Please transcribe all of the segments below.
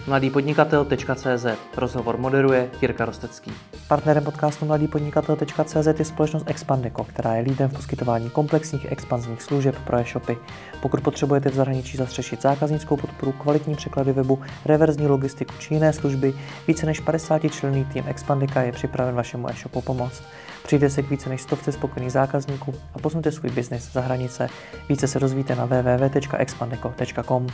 mladýpodnikatel.cz. Rozhovor moderuje Jirka Rostecký. Partnerem podcastu mladýpodnikatel.cz je společnost Expandeco, která je lídrem v poskytování komplexních expanzních služeb pro e-shopy. Pokud potřebujete v zahraničí zastřešit zákaznickou podporu, kvalitní překlady webu, reverzní logistiku či jiné služby, více než 50členný tým Expandeca je připraven vašemu e-shopu pomoct. Přijde se k více než 100 spokojených zákazníků a posuňte svůj biznis za hranice. Více se dozvíte na www.expandeco.com.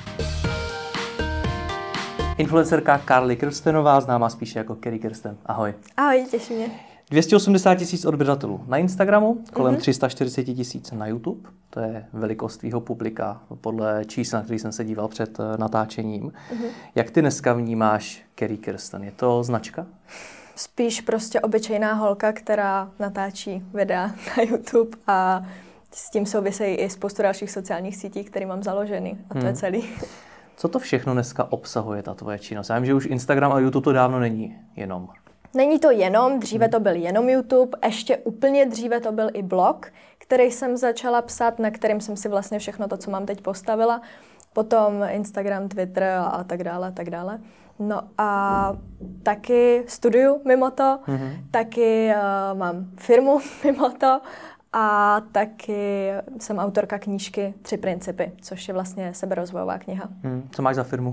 Influencerka Carly Kirstenová, známá spíše jako Carrie Kirsten. Ahoj. Ahoj, těší mě. 280 000 odběratelů na Instagramu, kolem 340 000 na YouTube. To je velikost tvýho publika podle čísla, na který jsem se díval před natáčením. Jak ty dneska vnímáš Carrie Kirsten? Je to značka? Spíš prostě obyčejná holka, která natáčí videa na YouTube a s tím souvisejí i spoustu dalších sociálních sítí, které mám založeny. A to je celý. Co to všechno dneska obsahuje, ta tvoje činnost? Já vím, že už Instagram a YouTube to dávno není jenom. Není to jenom, dříve to byl jenom YouTube, ještě úplně dříve to byl i blog, který jsem začala psát, na kterým jsem si vlastně všechno to, co mám teď postavila. Potom Instagram, Twitter a tak dále, a tak dále. No a taky studuju mimo to, taky mám firmu mimo to a taky jsem autorka knížky 3 principy, což je vlastně seberozvojová kniha. Co máš za firmu?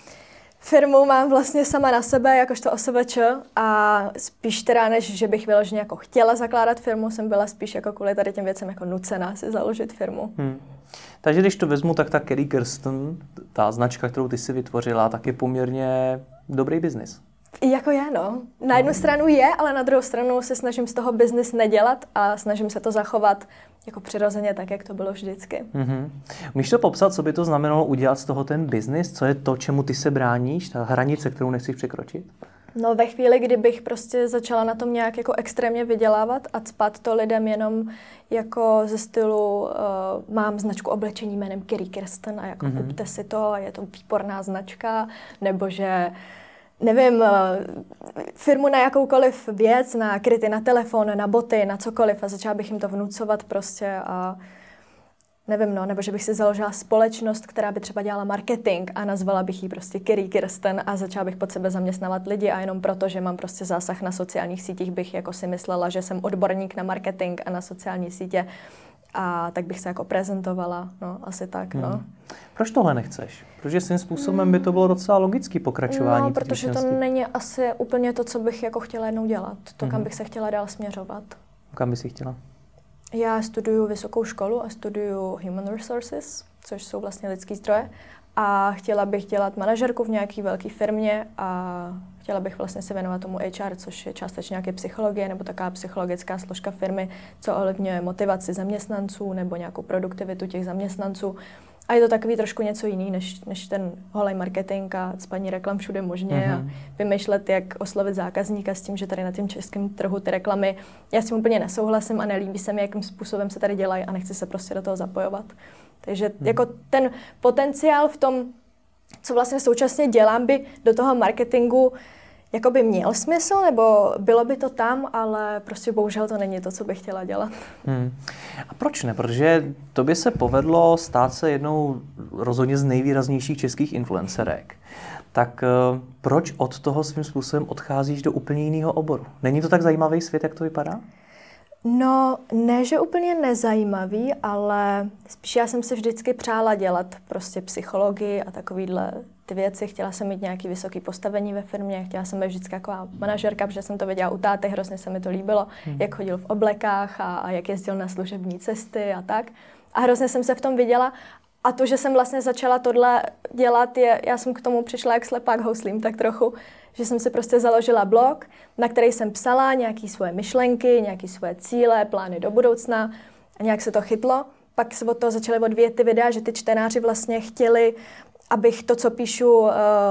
Firmu mám vlastně sama na sebe, jakožto OSVČ a spíš teda, než že bych vyloženě jako chtěla zakládat firmu, jsem byla spíš jako kvůli tady těm věcem jako nucená si založit firmu. Takže když to vezmu, tak ta Carrie Kirsten, ta značka, kterou ty si vytvořila, tak je poměrně dobrý biznis. Jako je, no. Na jednu stranu je, ale na druhou stranu se snažím z toho biznis nedělat a snažím se to zachovat jako přirozeně tak, jak to bylo vždycky. Můžeš to popsat, co by to znamenalo udělat z toho ten biznis? Co je to, čemu ty se bráníš? Ta hranice, kterou nechceš překročit? No ve chvíli, kdybych prostě začala na tom nějak jako extrémně vydělávat a cpat to lidem jenom jako ze stylu mám značku oblečení jménem Carrie Kirsten a jako kupte si to, je to výborná značka, nebo že nevím, firmu na jakoukoliv věc, na kryty, na telefon, na boty, na cokoliv a začala bych jim to vnucovat prostě a nevím, no, nebo že bych si založila společnost, která by třeba dělala marketing a nazvala bych ji prostě Carrie Kirsten a začala bych pod sebe zaměstnávat lidi a jenom proto, že mám prostě zásah na sociálních sítích, bych jako si myslela, že jsem odborník na marketing a na sociální sítě a tak bych se jako prezentovala, no, asi tak, no. Proč tohle nechceš? Protože svým způsobem by to bylo docela logický pokračování. No, protože to není asi úplně to, co bych jako chtěla jednou dělat, to, kam bych se chtěla dál směřovat. Kam bys chtěla? Já studuju vysokou školu a studuju Human Resources, což jsou vlastně lidský zdroje. A chtěla bych dělat manažerku v nějaké velké firmě a chtěla bych vlastně se věnovat tomu HR, což je částečně nějaké psychologie nebo taková psychologická složka firmy, co ovlivňuje motivaci zaměstnanců nebo nějakou produktivitu těch zaměstnanců. A je to takový trošku něco jiný, než ten holej marketing a cpaní reklam všude možně a vymýšlet, jak oslovit zákazníka s tím, že tady na tom českém trhu ty reklamy, já s tím úplně nesouhlasím a nelíbí se mi, jakým způsobem se tady dělají a nechci se prostě do toho zapojovat. Takže jako ten potenciál v tom, co vlastně současně dělám, by do toho marketingu jako by měl smysl, nebo bylo by to tam, ale prostě bohužel to není to, co bych chtěla dělat. A proč ne? Protože tobě se povedlo stát se jednou rozhodně z nejvýraznějších českých influencerek. Tak proč od toho svým způsobem odcházíš do úplně jiného oboru? Není to tak zajímavý svět, jak to vypadá? No, ne, že úplně nezajímavý, ale spíš já jsem si vždycky přála dělat prostě psychologii a takovýhle ty věci. Chtěla jsem mít nějaký vysoký postavení ve firmě, chtěla jsem být vždycky jako manažerka, protože jsem to viděla u táty, hrozně se mi to líbilo, jak chodil v oblekách a jak jezdil na služební cesty a tak. A hrozně jsem se v tom viděla. A to, že jsem vlastně začala tohle dělat, já jsem k tomu přišla jak slepák houslím tak trochu, že jsem si prostě založila blog, na který jsem psala nějaké svoje myšlenky, nějaké svoje cíle, plány do budoucna a nějak se to chytlo. Pak se od toho začaly odvíjet ty videa, že ty čtenáři vlastně chtěli, abych to, co píšu,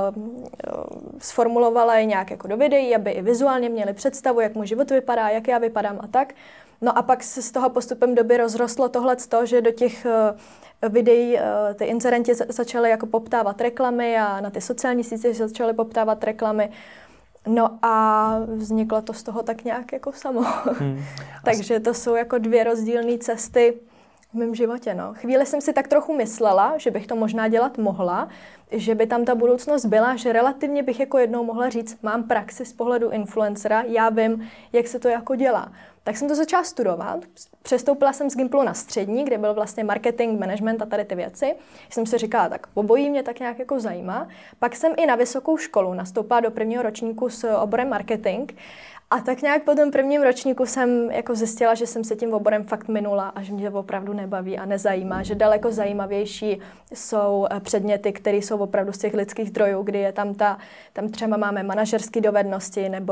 sformulovala nějak jako do videí, aby i vizuálně měli představu, jak můj život vypadá, jak já vypadám a tak. No a pak se z toho postupem doby rozrostlo tohleto, že do těch videí ty inzerenti začali jako poptávat reklamy a na ty sociální sítě začaly poptávat reklamy. No a vzniklo to z toho tak nějak jako samo. Takže to jsou jako 2 rozdílné cesty. v mém životě, no. Chvíli jsem si tak trochu myslela, že bych to možná dělat mohla, že by tam ta budoucnost byla, že relativně bych jako jednou mohla říct, mám praxi z pohledu influencera, já vím, jak se to jako dělá. Tak jsem to začala studovat, přestoupila jsem z Gimplu na střední, kde byl vlastně marketing, management a tady ty věci. Jsem si říkala, tak obojí mě tak nějak jako zajímá. Pak jsem i na vysokou školu nastoupila do prvního ročníku s oborem marketing. A tak nějak po tom prvním ročníku jsem jako zjistila, že jsem se tím oborem fakt minula a že mě to opravdu nebaví a nezajímá, že daleko zajímavější jsou předměty, které jsou opravdu z těch lidských zdrojů, kdy je tam třeba máme manažerské dovednosti nebo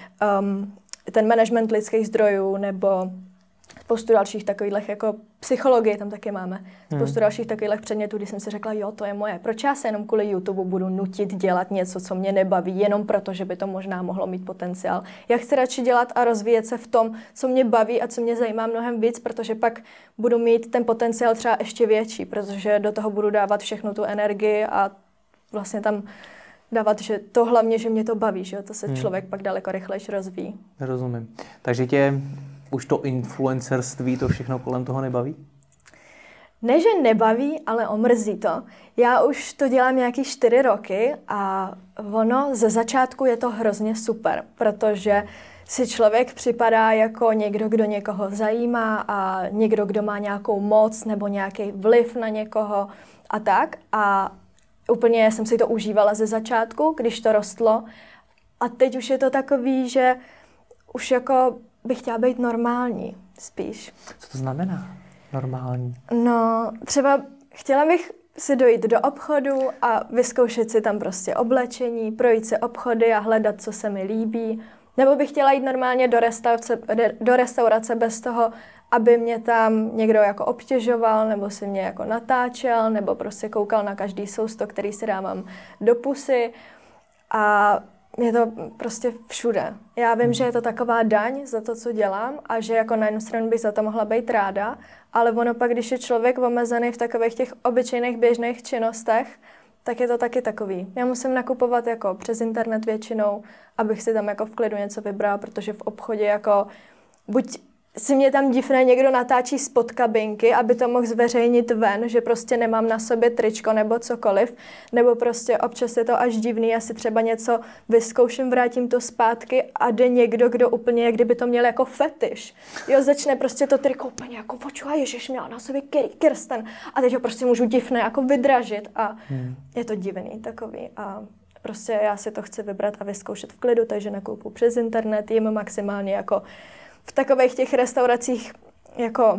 ten management lidských zdrojů nebo spoustu dalších takových jako psychologii tam taky máme. Spoustu dalších takových předmětů, kdy jsem si řekla, jo, to je moje. Proč já se jenom kvůli YouTube budu nutit dělat něco, co mě nebaví, jenom proto, že by to možná mohlo mít potenciál. Já chci radši dělat a rozvíjet se v tom, co mě baví a co mě zajímá mnohem víc, protože pak budu mít ten potenciál třeba ještě větší, protože do toho budu dávat všechnu tu energii a vlastně tam dávat, že to hlavně, že mě to baví, že to se člověk pak daleko rychlejší rozvíjí. Rozumím. Takže tě už to influencerství, to všechno kolem toho nebaví? Ne, že nebaví, ale omrzí to. Já už to dělám nějaký 4 roky a ono ze začátku je to hrozně super, protože si člověk připadá jako někdo, kdo někoho zajímá a někdo, kdo má nějakou moc nebo nějaký vliv na někoho a tak. A úplně jsem si to užívala ze začátku, když to rostlo. A teď už je to takový, že už jako bych chtěla být normální spíš. Co to znamená normální? No, třeba chtěla bych si dojít do obchodu a vyzkoušet si tam prostě oblečení, projít si obchody a hledat, co se mi líbí. Nebo bych chtěla jít normálně do restaurace bez toho, aby mě tam někdo jako obtěžoval, nebo si mě jako natáčel, nebo prostě koukal na každý sousto, který si dávám do pusy. A je to prostě všude. Já vím, že je to taková daň za to, co dělám a že jako na jednu stranu bych za to mohla být ráda, ale ono pak, když je člověk omezený v takových těch obyčejných běžných činnostech, tak je to taky takový. Já musím nakupovat jako přes internet většinou, abych si tam jako v klidu něco vybrala, protože v obchodě jako buď si mě tam divné někdo natáčí spod kabinky, aby to mohl zveřejnit ven, že prostě nemám na sobě tričko nebo cokoliv, nebo prostě občas je to až divný, já si třeba něco vyzkouším, vrátím to zpátky a jde někdo, kdo úplně, jak kdyby to měl jako fetiš. Jo, začne prostě to triko úplně jako počuva, ježiš, měla na sobě Kirsten a teď ho prostě můžu divné jako vydražit a je to divný takový a prostě já si to chci vybrat a vyzkoušet v klidu, takže nakoupu přes internet, jim maximálně jako v takových těch restauracích jako,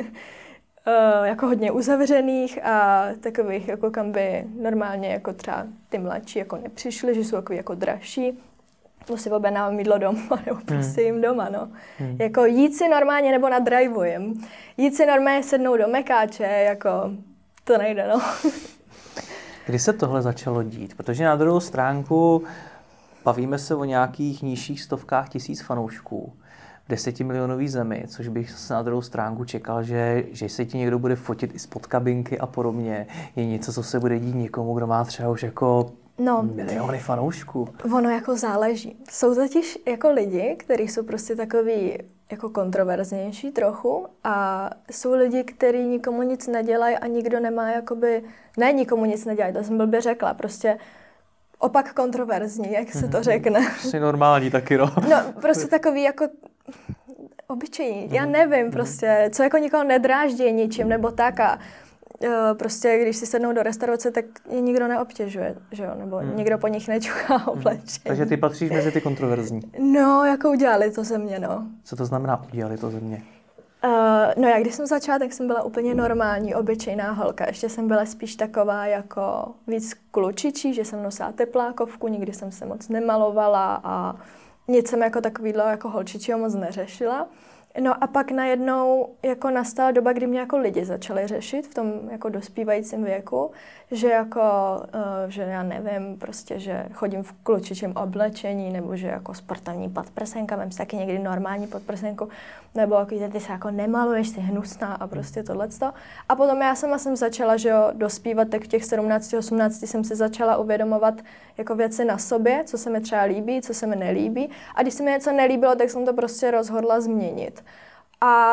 jako hodně uzavřených a takových, jako kam by normálně jako třeba ty mladší jako nepřišli, že jsou jako dražší. To si objednávám jídlo doma, nebo prostě jim doma, no. Jako jít si normálně nebo nadrivujem. Jít si normálně sednout do mekáče, jako to nejde, no. Kdy se tohle začalo dít? Protože na druhou stránku bavíme se o nějakých nižších stovkách tisíc fanoušků. 10 milionový zemi, což bych se na druhou stránku čekal, že se ti někdo bude fotit i spod kabinky a podobně. Je něco, co se bude dít někomu, kdo má třeba už jako miliony fanoušků. Ono jako záleží. Jsou totiž jako lidi, kteří jsou prostě takový jako kontroverznější trochu a jsou lidi, kteří nikomu nic nedělají a nikdo nemá jakoby, ne nikomu nic nedělají, to jsem blbě řekla, prostě opak kontroverzní, jak se to řekne. Jsi normální taky, no. No, prostě takový jako obyčejný. Já nevím prostě, co jako nikoho nedráždí ničím nebo tak a prostě když si sednou do restaurace, tak je nikdo neobtěžuje, že jo, nebo nikdo po nich nečuchá oblečení. Takže ty patříš mezi ty kontroverzní. No, jako udělali to ze mě, no. Co to znamená udělali to ze mě? No já když jsem začala, tak jsem byla úplně normální, obyčejná holka. Ještě jsem byla spíš taková jako víc klučičí, že jsem nosila teplákovku, nikdy jsem se moc nemalovala a nic jsem jako takovýhle jako holčičího moc neřešila. No a pak najednou jako nastala doba, kdy mě jako lidi začali řešit v tom jako dospívajícím věku, že jako, že já nevím, prostě, že chodím v klučičím oblečení, nebo že jako sportovní podprsenka, mám si taky někdy normální podprsenku, nebo jako, ty se jako nemaluješ, jsi hnusná a prostě tohleto. A potom já sama jsem začala, že jo, dospívat, tak v těch 17-18 jsem si začala uvědomovat jako věci na sobě, co se mi třeba líbí, co se mi nelíbí. A když se mi něco nelíbilo, tak jsem to prostě rozhodla změnit. A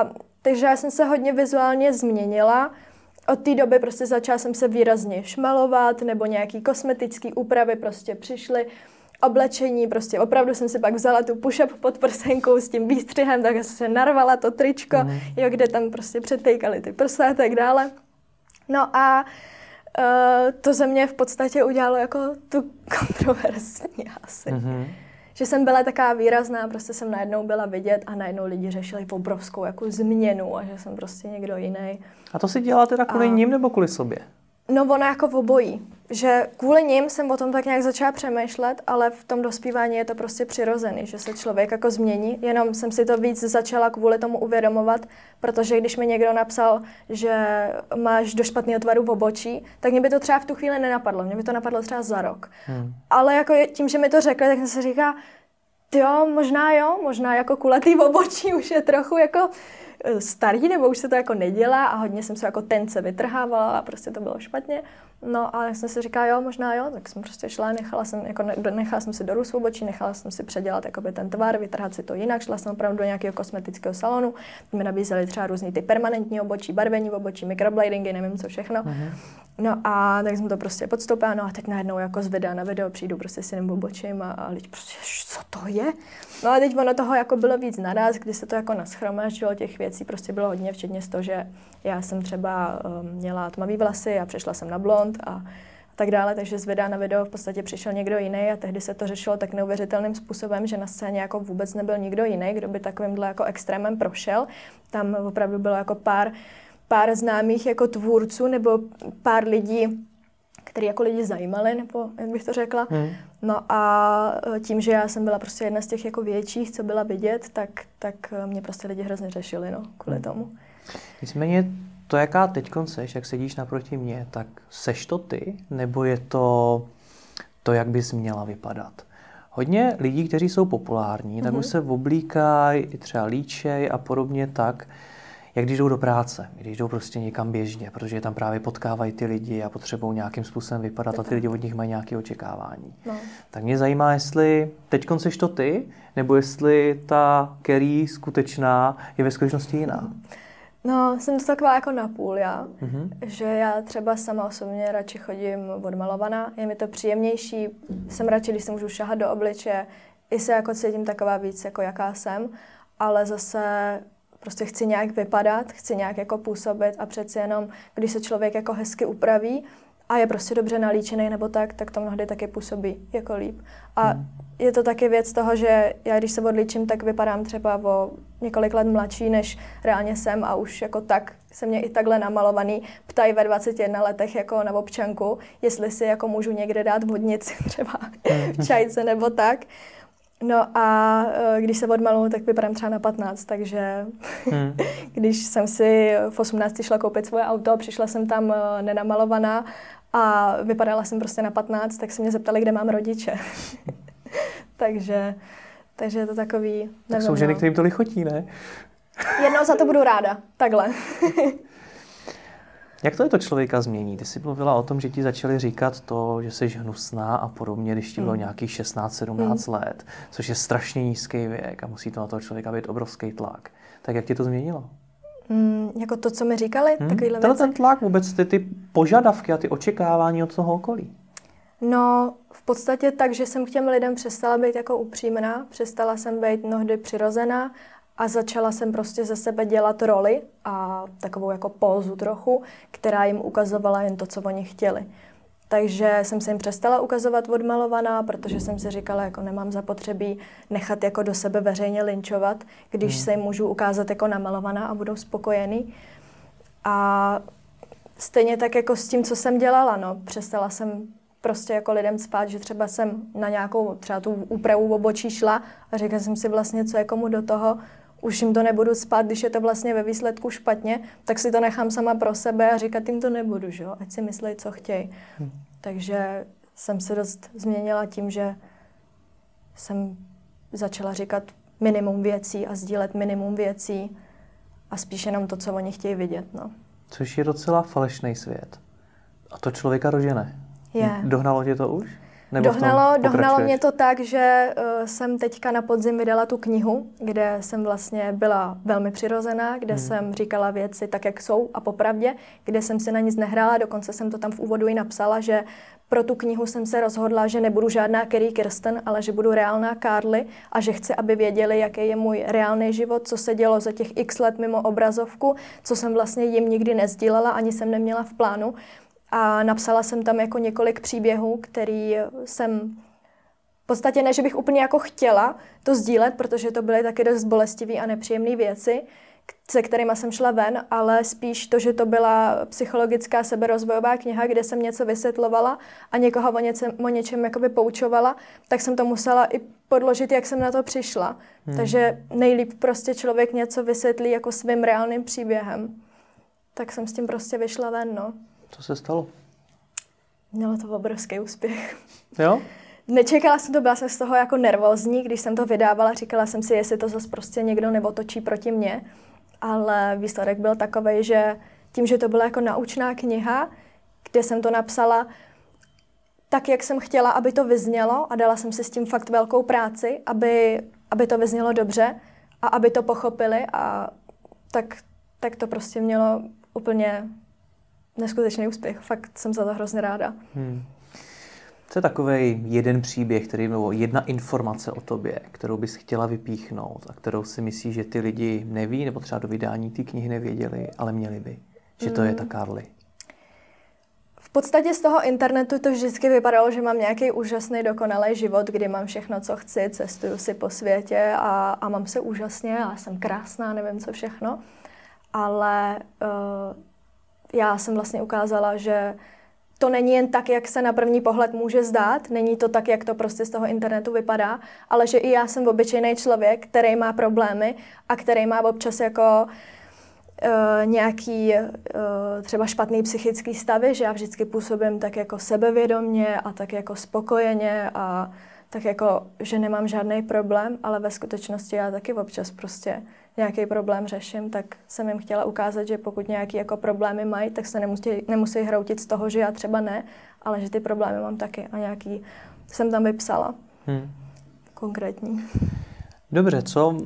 Takže já jsem se hodně vizuálně změnila. Od té doby prostě začala jsem se výrazně šmalovat, nebo nějaký kosmetický úpravy prostě přišly. Oblečení, prostě opravdu jsem si pak vzala tu push-up pod prsenkou s tím výstřihem, tak jsem se narvala to tričko, jo, kde tam prostě přetejkaly ty prsa a tak dále. No a to ze mě v podstatě udělalo jako tu kontroverzní asi. Že jsem byla taková výrazná, prostě jsem najednou byla vidět a najednou lidi řešili obrovskou jako změnu a že jsem prostě někdo jiný. A to si dělala teda kvůli ním nebo kvůli sobě? No ono jako v obojí, že kvůli nim jsem o tom tak nějak začala přemýšlet, ale v tom dospívání je to prostě přirozený, že se člověk jako změní, jenom jsem si to víc začala kvůli tomu uvědomovat, protože když mi někdo napsal, že máš do špatného tvaru v obočí, tak mě by to třeba v tu chvíli nenapadlo, mě by to napadlo třeba za rok. Ale jako tím, že mi to řekli, tak jsem si říká, jo, možná jako kulatý v obočí už je trochu jako starý, nebo už se to jako nedělá a hodně jsem se jako tence vytrhávala a prostě to bylo špatně. No a já jsem si říkala, jo, možná jo, tak jsem prostě šla, nechala jsem si dorůst v obočí, nechala jsem si předělat jakoby ten tvar, vytrhat si to jinak, šla jsem opravdu do nějakého kosmetického salonu, mi nabízeli třeba různý ty permanentní obočí, barvení v obočí, microbladingy, nevím co všechno. No a tak jsem to prostě podstoupila, no a teď najednou jako z videa na video přijdu prostě s jiným obočím a lidi prostě, co to je? No a teď ono toho jako bylo víc naraz, kdy se to jako nashromáždilo, těch věcí prostě bylo hodně, včetně z toho, že já jsem třeba měla tmavý vlasy a přešla jsem na blond a tak dále, takže z videa na video v podstatě přišel někdo jiný a tehdy se to řešilo tak neuvěřitelným způsobem, že na scéně jako vůbec nebyl nikdo jiný, kdo by takovýmhle jako extrémem prošel. Tam opravdu bylo jako pár známých jako tvůrců nebo pár lidí, který jako lidi zajímali, nebo jak bych to řekla. No a tím, že já jsem byla prostě jedna z těch jako větších, co byla vidět, tak mě prostě lidi hrozně řešili, no, kvůli tomu. Nicméně to, jaká teďkon seš, jak sedíš naproti mně, tak seš to ty, nebo je to, jak bys měla vypadat? Hodně lidí, kteří jsou populární, tak už se oblíkají, třeba líčej a podobně tak, jak když jdou do práce, když jdou prostě někam běžně, protože tam právě potkávají ty lidi a potřebují nějakým způsobem vypadat a ty lidi od nich mají nějaké očekávání. No. Tak mě zajímá, jestli teďkon seš to ty, nebo jestli ta Carrie skutečná je ve skutečnosti jiná. No, jsem to taková jako napůl já, že já třeba sama osobně radši chodím odmalovaná, je mi to příjemnější, jsem radši, když se můžu šahat do obličeje, i se jako cítím taková víc, jako jaká jsem, ale zase prostě chci nějak vypadat, chci nějak jako působit a přeci jenom, když se člověk jako hezky upraví a je prostě dobře nalíčený nebo tak to mnohdy taky působí jako líp. A je to taky věc toho, že já když se odlíčím, tak vypadám třeba o několik let mladší, než reálně jsem a už jako tak se mě i takhle namalovaný ptají ve 21 letech jako na občanku, jestli si jako můžu někde dát vodnici třeba v čajce nebo tak. No a když se odmaluju, tak vypadám třeba na 15, takže když jsem si v 18 šla koupit svoje auto, přišla jsem tam nenamalovaná a vypadala jsem prostě na 15, tak se mě zeptali, kde mám rodiče. takže je to takový... Nevím, tak jsou ženy, kterým to lichotí, ne? Jednou za to budu ráda, takhle. Jak to člověka změní? Ty jsi mluvila o tom, že ti začali říkat to, že jsi hnusná a podobně, když ti bylo nějakých 16-17 let, což je strašně nízký věk a musí to na toho člověka být obrovský tlak. Tak jak ti to změnilo? Jako to, co mi říkali? Takovýhle věci? Ten tlak vůbec, ty požadavky a ty očekávání od toho okolí. No, v podstatě tak, že jsem k těm lidem přestala být jako upřímná, přestala jsem být mnohdy přirozená a začala jsem prostě ze sebe dělat roli a takovou jako pózu trochu, která jim ukazovala jen to, co oni chtěli. Takže jsem se jim přestala ukazovat odmalovaná, protože jsem si říkala, jako nemám zapotřebí nechat jako do sebe veřejně lynčovat, když se jim můžu ukázat jako namalovaná a budou spokojený. A stejně tak jako s tím, co jsem dělala, no, přestala jsem prostě jako lidem spát, že třeba jsem na nějakou třeba tu úpravu v obočí šla a říkala jsem si vlastně, co je komu do toho, už jim to nebudu spát, když je to vlastně ve výsledku špatně, tak si to nechám sama pro sebe a říkat jim to nebudu, že jo, ať si myslej, co chtějí. Takže jsem se dost změnila tím, že jsem začala říkat minimum věcí a sdílet minimum věcí a spíš jenom to, co oni chtějí vidět, no. Což je docela falešný svět. A to člověka rožene. Je. Dohnalo tě to už? Dohnalo mě to tak, že jsem teďka na podzim vydala tu knihu, kde jsem vlastně byla velmi přirozená, kde jsem říkala věci tak, jak jsou a popravdě, kde jsem si na nic nehrála, dokonce jsem to tam v úvodu i napsala, že pro tu knihu jsem se rozhodla, že nebudu žádná Carrie Kirsten, ale že budu reálná Carly a že chci, aby věděli, jaký je můj reálný život, co se dělo za těch x let mimo obrazovku, co jsem vlastně jim nikdy nesdílela, ani jsem neměla v plánu. A napsala jsem tam jako několik příběhů, který jsem v podstatě ne, že bych úplně jako chtěla to sdílet, protože to byly taky dost bolestivé a nepříjemné věci, se kterými jsem šla ven, ale spíš to, že to byla psychologická seberozvojová kniha, kde jsem něco vysvětlovala a někoho o něčem jakoby poučovala, tak jsem to musela i podložit, jak jsem na to přišla. Takže nejlíp prostě člověk něco vysvětlí jako svým reálným příběhem. Tak jsem s tím prostě vyšla ven, no. Co se stalo? Mělo to obrovský úspěch. Jo? Nečekala jsem to, byla jsem z toho jako nervózní, když jsem to vydávala, říkala jsem si, jestli to zase prostě někdo neotočí proti mně, ale výsledek byl takovej, že tím, že to byla jako naučná kniha, kde jsem to napsala tak, jak jsem chtěla, aby to vyznělo a dala jsem si s tím fakt velkou práci, aby to vyznělo dobře a aby to pochopili a tak to prostě mělo úplně neskutečný úspěch. Fakt jsem za to hrozně ráda. Co je takovej jeden příběh, nebo jedna informace o tobě, kterou bys chtěla vypíchnout a kterou si myslíš, že ty lidi neví, nebo třeba do vydání té knihy nevěděli, ale měli by, že to je ta Carly? V podstatě z toho internetu to vždycky vypadalo, že mám nějaký úžasný, dokonalý život, kdy mám všechno, co chci, cestuju si po světě a mám se úžasně a jsem krásná, nevím co všechno. Ale já jsem vlastně ukázala, že to není jen tak, jak se na první pohled může zdát, není to tak, jak to prostě z toho internetu vypadá, ale že i já jsem obyčejný člověk, který má problémy a který má občas jako nějaký třeba špatný psychický stavy, že já vždycky působím tak jako sebevědomně a tak jako spokojeně a tak jako, že nemám žádný problém, ale ve skutečnosti já taky občas prostě nějaký problém řeším, tak jsem jim chtěla ukázat, že pokud nějaký jako problémy mají, tak se nemusí hroutit z toho, že já třeba ne, ale že ty problémy mám taky a nějaký jsem tam vypsala. Konkrétní. Dobře,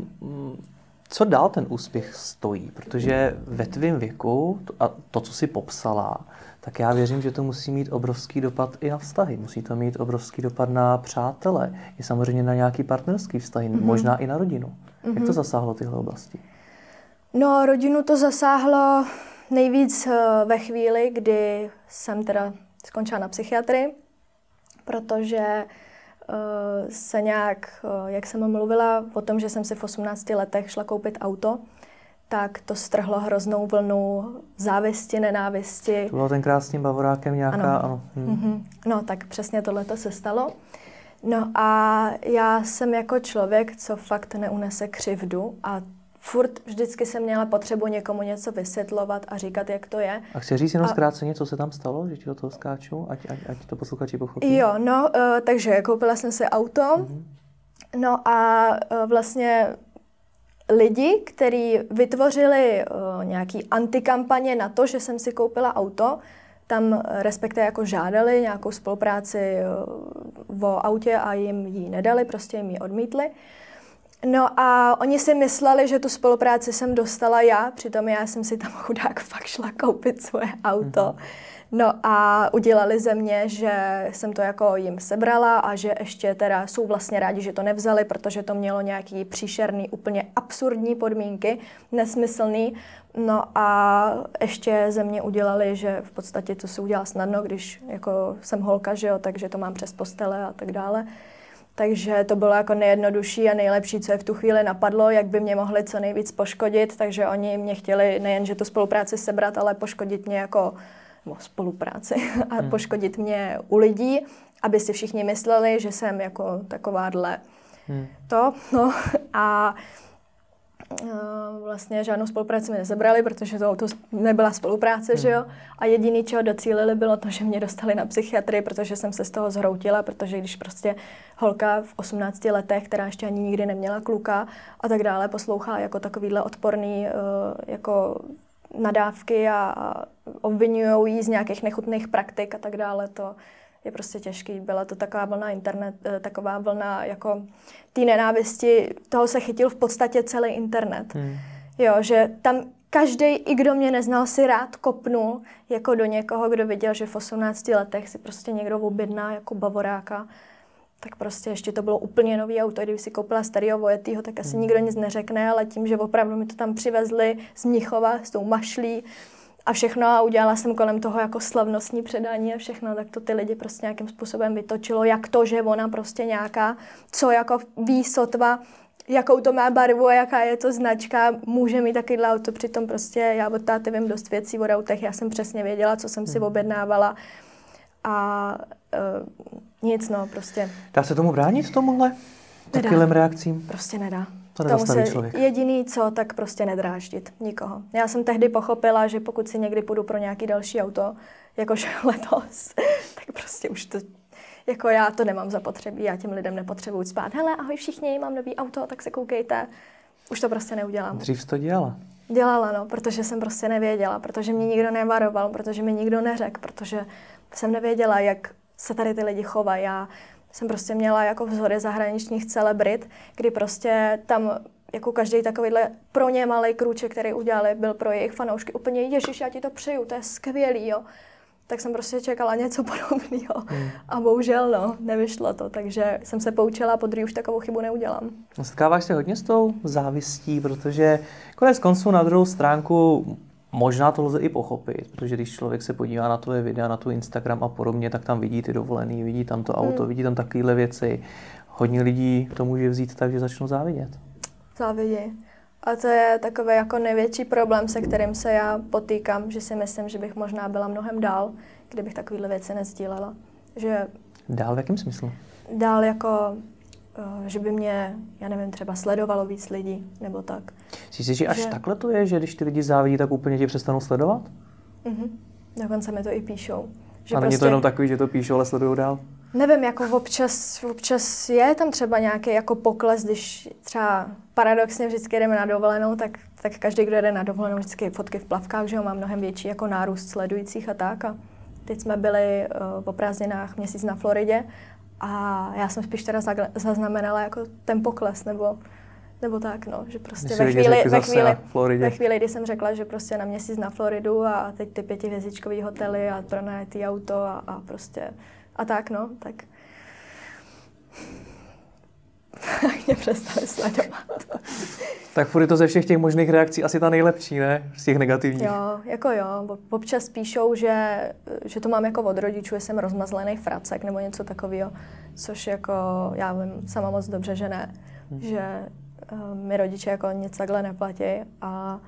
co dál ten úspěch stojí? Protože ve tvém věku, a to, co jsi popsala, tak já věřím, že to musí mít obrovský dopad i na vztahy. Musí to mít obrovský dopad na přátele, i samozřejmě na nějaký partnerský vztahy, možná i na rodinu. Jak to zasáhlo tyhle oblasti? No, rodinu to zasáhlo nejvíc ve chvíli, kdy jsem teda skončila na psychiatrii, protože se nějak, jak jsem mluvila o tom, že jsem si v 18 letech šla koupit auto, tak to strhlo hroznou vlnu závisti, nenávisti. To bylo tenkrát s tím Bavorákem nějaká, ano. No, tak přesně tohleto se stalo. No a já jsem jako člověk, co fakt neunese křivdu a furt vždycky jsem měla potřebu někomu něco vysvětlovat a říkat, jak to je. A chci říct jenom zkráceně, co se tam stalo, že ti do toho skáču, ať to posluchači pochopí? Jo, no, takže koupila jsem si auto, no a vlastně lidi, kteří vytvořili nějaký antikampaně na to, že jsem si koupila auto, tam respektive jako žádali nějakou spolupráci o autě a jim ji nedali, prostě jim ji odmítli. No a oni si mysleli, že tu spolupráci jsem dostala já, přitom já jsem si tam chudák fakt šla koupit svoje auto. No a udělali ze mě, že jsem to jako jim sebrala a že ještě teda jsou vlastně rádi, že to nevzali, protože to mělo nějaký příšerný, úplně absurdní podmínky, nesmyslný. No a ještě ze mě udělali, že v podstatě to se udělá snadno, když jako jsem holka, že jo, takže to mám přes postele a tak dále. Takže to bylo jako nejjednodušší a nejlepší, co je v tu chvíli napadlo, jak by mě mohli co nejvíc poškodit, takže oni mě chtěli nejen, že tu spolupráci sebrat, ale poškodit mě jako spolupráci a poškodit mě u lidí, aby si všichni mysleli, že jsem jako takováhle to. No a vlastně žádnou spolupráci mi nezabrali, protože to nebyla spolupráce, že jo. A jediný, čeho docílili, bylo to, že mě dostali na psychiatrii, protože jsem se z toho zhroutila, protože když prostě holka v 18 letech, která ještě ani nikdy neměla kluka a tak dále, poslouchá jako takovýhle odporný jako nadávky a obvinujou jí z nějakých nechutných praktik a tak dále, to je prostě těžký. Byla to taková vlna taková vlna jako té nenávisti, toho se chytil v podstatě celý internet. Jo, že tam každý, i kdo mě neznal, si rád kopnul jako do někoho, kdo viděl, že v 18 letech si prostě někdo objedná jako bavoráka. Tak prostě ještě to bylo úplně nový auto. Kdyby si koupila starýho vojetýho, tak asi nikdo nic neřekne, ale tím, že opravdu mi to tam přivezli z Mnichova s tou mašlí a všechno a udělala jsem kolem toho jako slavnostní předání a všechno, tak to ty lidi prostě nějakým způsobem vytočilo, jak to, že ona prostě nějaká, co jako ví sotva, jakou to má barvu a jaká je to značka, může mít takovýhle auto, přitom prostě já od táty vím dost věcí o autech, já jsem přesně věděla, co jsem si objednávala a nic, no, prostě. Dá se tomu bránit, tomuhle? Takovým reakcím? Prostě nedá. To nezastaví člověk. Jediný co, tak prostě nedráždit nikoho. Já jsem tehdy pochopila, že pokud si někdy půjdu pro nějaký další auto, jakože letos, tak prostě už to, jako já to nemám zapotřebí, já těm lidem nepotřebuji spát. Hele, ahoj všichni, mám nový auto, tak se koukejte. Už to prostě neudělám. Dřív jsi to dělala? Dělala, no, protože jsem prostě nevěděla, protože mě nikdo nevaroval, protože mi nikdo neřekl, protože jsem nevěděla, jak se tady ty lidi chovají. Já jsem prostě měla jako vzory zahraničních celebrit, kdy prostě tam jako každý takovýhle pro ně malý krůček, který udělali, byl pro jejich fanoušky úplně ježiš, já ti to přeju, to je skvělý, jo. Tak jsem prostě čekala něco podobného. A bohužel, no, nevyšlo to, takže jsem se poučila a podruhé už takovou chybu neudělám. Setkáváš se hodně s tou závistí, protože konec konců na druhou stránku možná to lze i pochopit, protože když člověk se podívá na tvoje videa, na tu Instagram a podobně, tak tam vidí ty dovolený, vidí tam to auto, vidí tam takovéhle věci. Hodně lidí to může vzít tak, že začnou závidět. Závidí. A to je takový jako největší problém, se kterým se já potýkám, že si myslím, že bych možná byla mnohem dál, kdybych takovéhle věci nesdílela. Že dál v jakém smyslu? Dál jako, že by mě, já nevím, třeba sledovalo víc lidí, nebo tak. Myslíš, že až takhle to je, že když ty lidi závidí, tak úplně tě přestanou sledovat? Dokonce mi to i píšou. Že a není to jenom takový, že to píšou, ale sledují dál? Nevím, jako občas je tam třeba nějaký jako pokles, když třeba paradoxně vždycky jdeme na dovolenou, tak každý, kdo jde na dovolenou, vždycky fotky v plavkách, že jo, má mnohem větší jako nárůst sledujících a tak. A teď jsme byli po prázdninách měsíc na Floridě a já jsem spíš teda zaznamenala jako ten pokles, nebo tak, no, že prostě ve chvíli, kdy jsem řekla, že prostě na měsíc na Floridu a teď ty 5hvězdičkový hotely a pronajetý auto a prostě a tak, no, tak mě přestali sledovat. Tak furt je to ze všech těch možných reakcí asi ta nejlepší, ne? Z těch negativních. Jo, jako jo. Občas píšou, že to mám jako od rodičů, že jsem rozmazlený fracek nebo něco takového, což jako já vím sama moc dobře, že ne. Že mi rodiče jako nic takhle neplatí a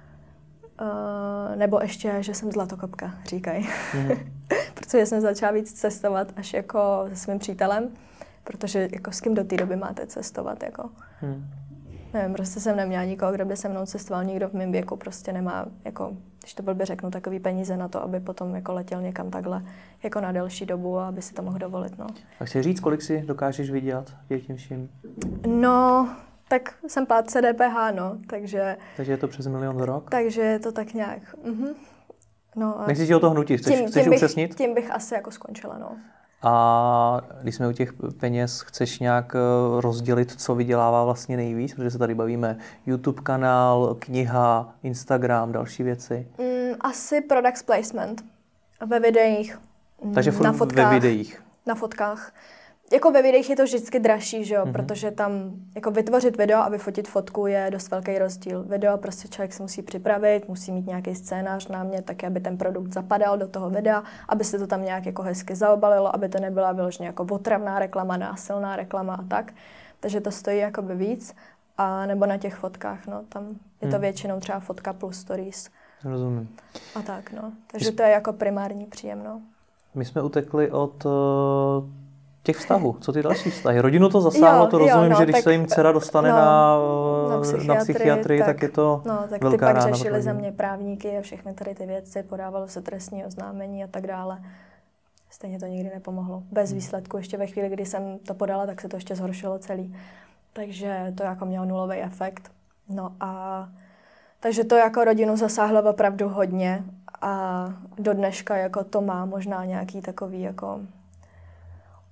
nebo ještě, že jsem zlatokopka, říkají. Protože jsem začala víc cestovat až jako se svým přítelem, protože jako s kým do té doby máte cestovat, jako. Nevím, prostě jsem neměla nikoho, kdo by se mnou cestoval, nikdo v mém věku prostě nemá, jako, když to blbě řeknu, takový peníze na to, aby potom jako letěl někam takhle, jako na delší dobu a aby si to mohl dovolit, no. A chci říct, kolik si dokážeš vydělat tím vším? No, tak jsem plátce DPH, no, takže... Takže je to přes 1 000 000 za rok? Takže je to tak nějak, No, nechci ti o to hnutí, chceš upřesnit? Tím bych asi jako skončila, no. A když jsme u těch peněz, chceš nějak rozdělit, co vydělává vlastně nejvíc? Protože se tady bavíme YouTube kanál, kniha, Instagram, další věci. Asi product placement ve videích. Takže na fotkách, ve videích. Na fotkách. Jako ve videích je to vždycky dražší, že jo? Protože tam jako vytvořit video a vyfotit fotku je dost velký rozdíl. Video prostě člověk se musí připravit, musí mít nějaký scénář, námět, tak aby ten produkt zapadal do toho videa, aby se to tam nějak jako hezky zaobalilo, aby to nebyla vyloženě jako otravná reklama, násilná reklama a tak. Takže to stojí jakoby víc. A nebo na těch fotkách, no, tam je to většinou třeba fotka plus stories. Rozumím. A tak, no. Takže to je jako primární příjem, no. My jsme utekli od těch vztahů. Co ty další vztahy? Rodinu to zasáhlo, to rozumím, že když se jim dcera dostane na psychiatrii, tak je to tak velká ty pak rána. řešili za mě právníky a všechny tady ty věci, podávalo se trestní oznámení a tak dále. Stejně to nikdy nepomohlo. Bez výsledku. Ještě ve chvíli, kdy jsem to podala, tak se to ještě zhoršilo celý. Takže to jako mělo nulový efekt. No a takže to jako rodinu zasáhlo opravdu hodně a do dneška jako to má možná nějaký takový jako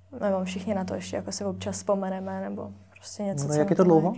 Nebo všichni na to ještě jako se občas vzpomeneme, nebo prostě něco. No, jak je to dlouho?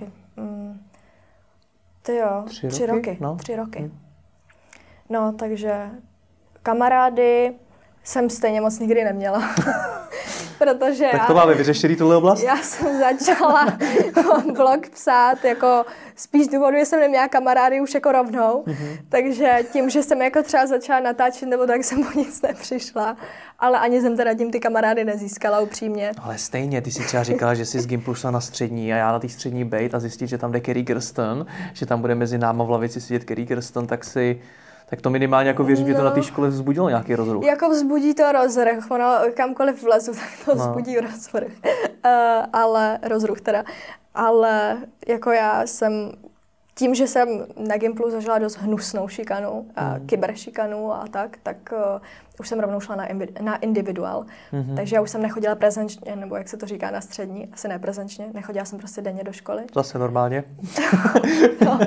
Ty jo, 3 roky. No. 3 roky. No, takže kamarády jsem stejně moc nikdy neměla. Protože tak to máme vyřešený tuhle oblast? Já jsem začala blog psát jako spíš z důvodu, že jsem neměla kamarády už jako rovnou. Takže tím, že jsem jako třeba začala natáčet, nebo tak jsem o nic nepřišla. Ale ani jsem teda tím ty kamarády nezískala upřímně. Ale stejně, ty si třeba říkala, že jsi z Gimplu šla na střední a já na té střední bejt a zjistit, že tam jde Carrie Kirsten, že tam bude mezi náma v lavici sedět Carrie Kirsten, tak to minimálně jako věřím, že to na té škole vzbudilo nějaký rozruch. Jako vzbudí to rozruch, ono kamkoliv vlezu, tak to vzbudí rozruch. Ale rozruch teda. Ale jako já jsem, tím, že jsem na Gimplu zažila dost hnusnou šikanu a kyberšikanu a tak už jsem rovnou šla na individuál. Takže já už jsem nechodila prezenčně, nebo jak se to říká na střední, asi ne prezenčně, nechodila jsem prostě denně do školy. Zase normálně. No.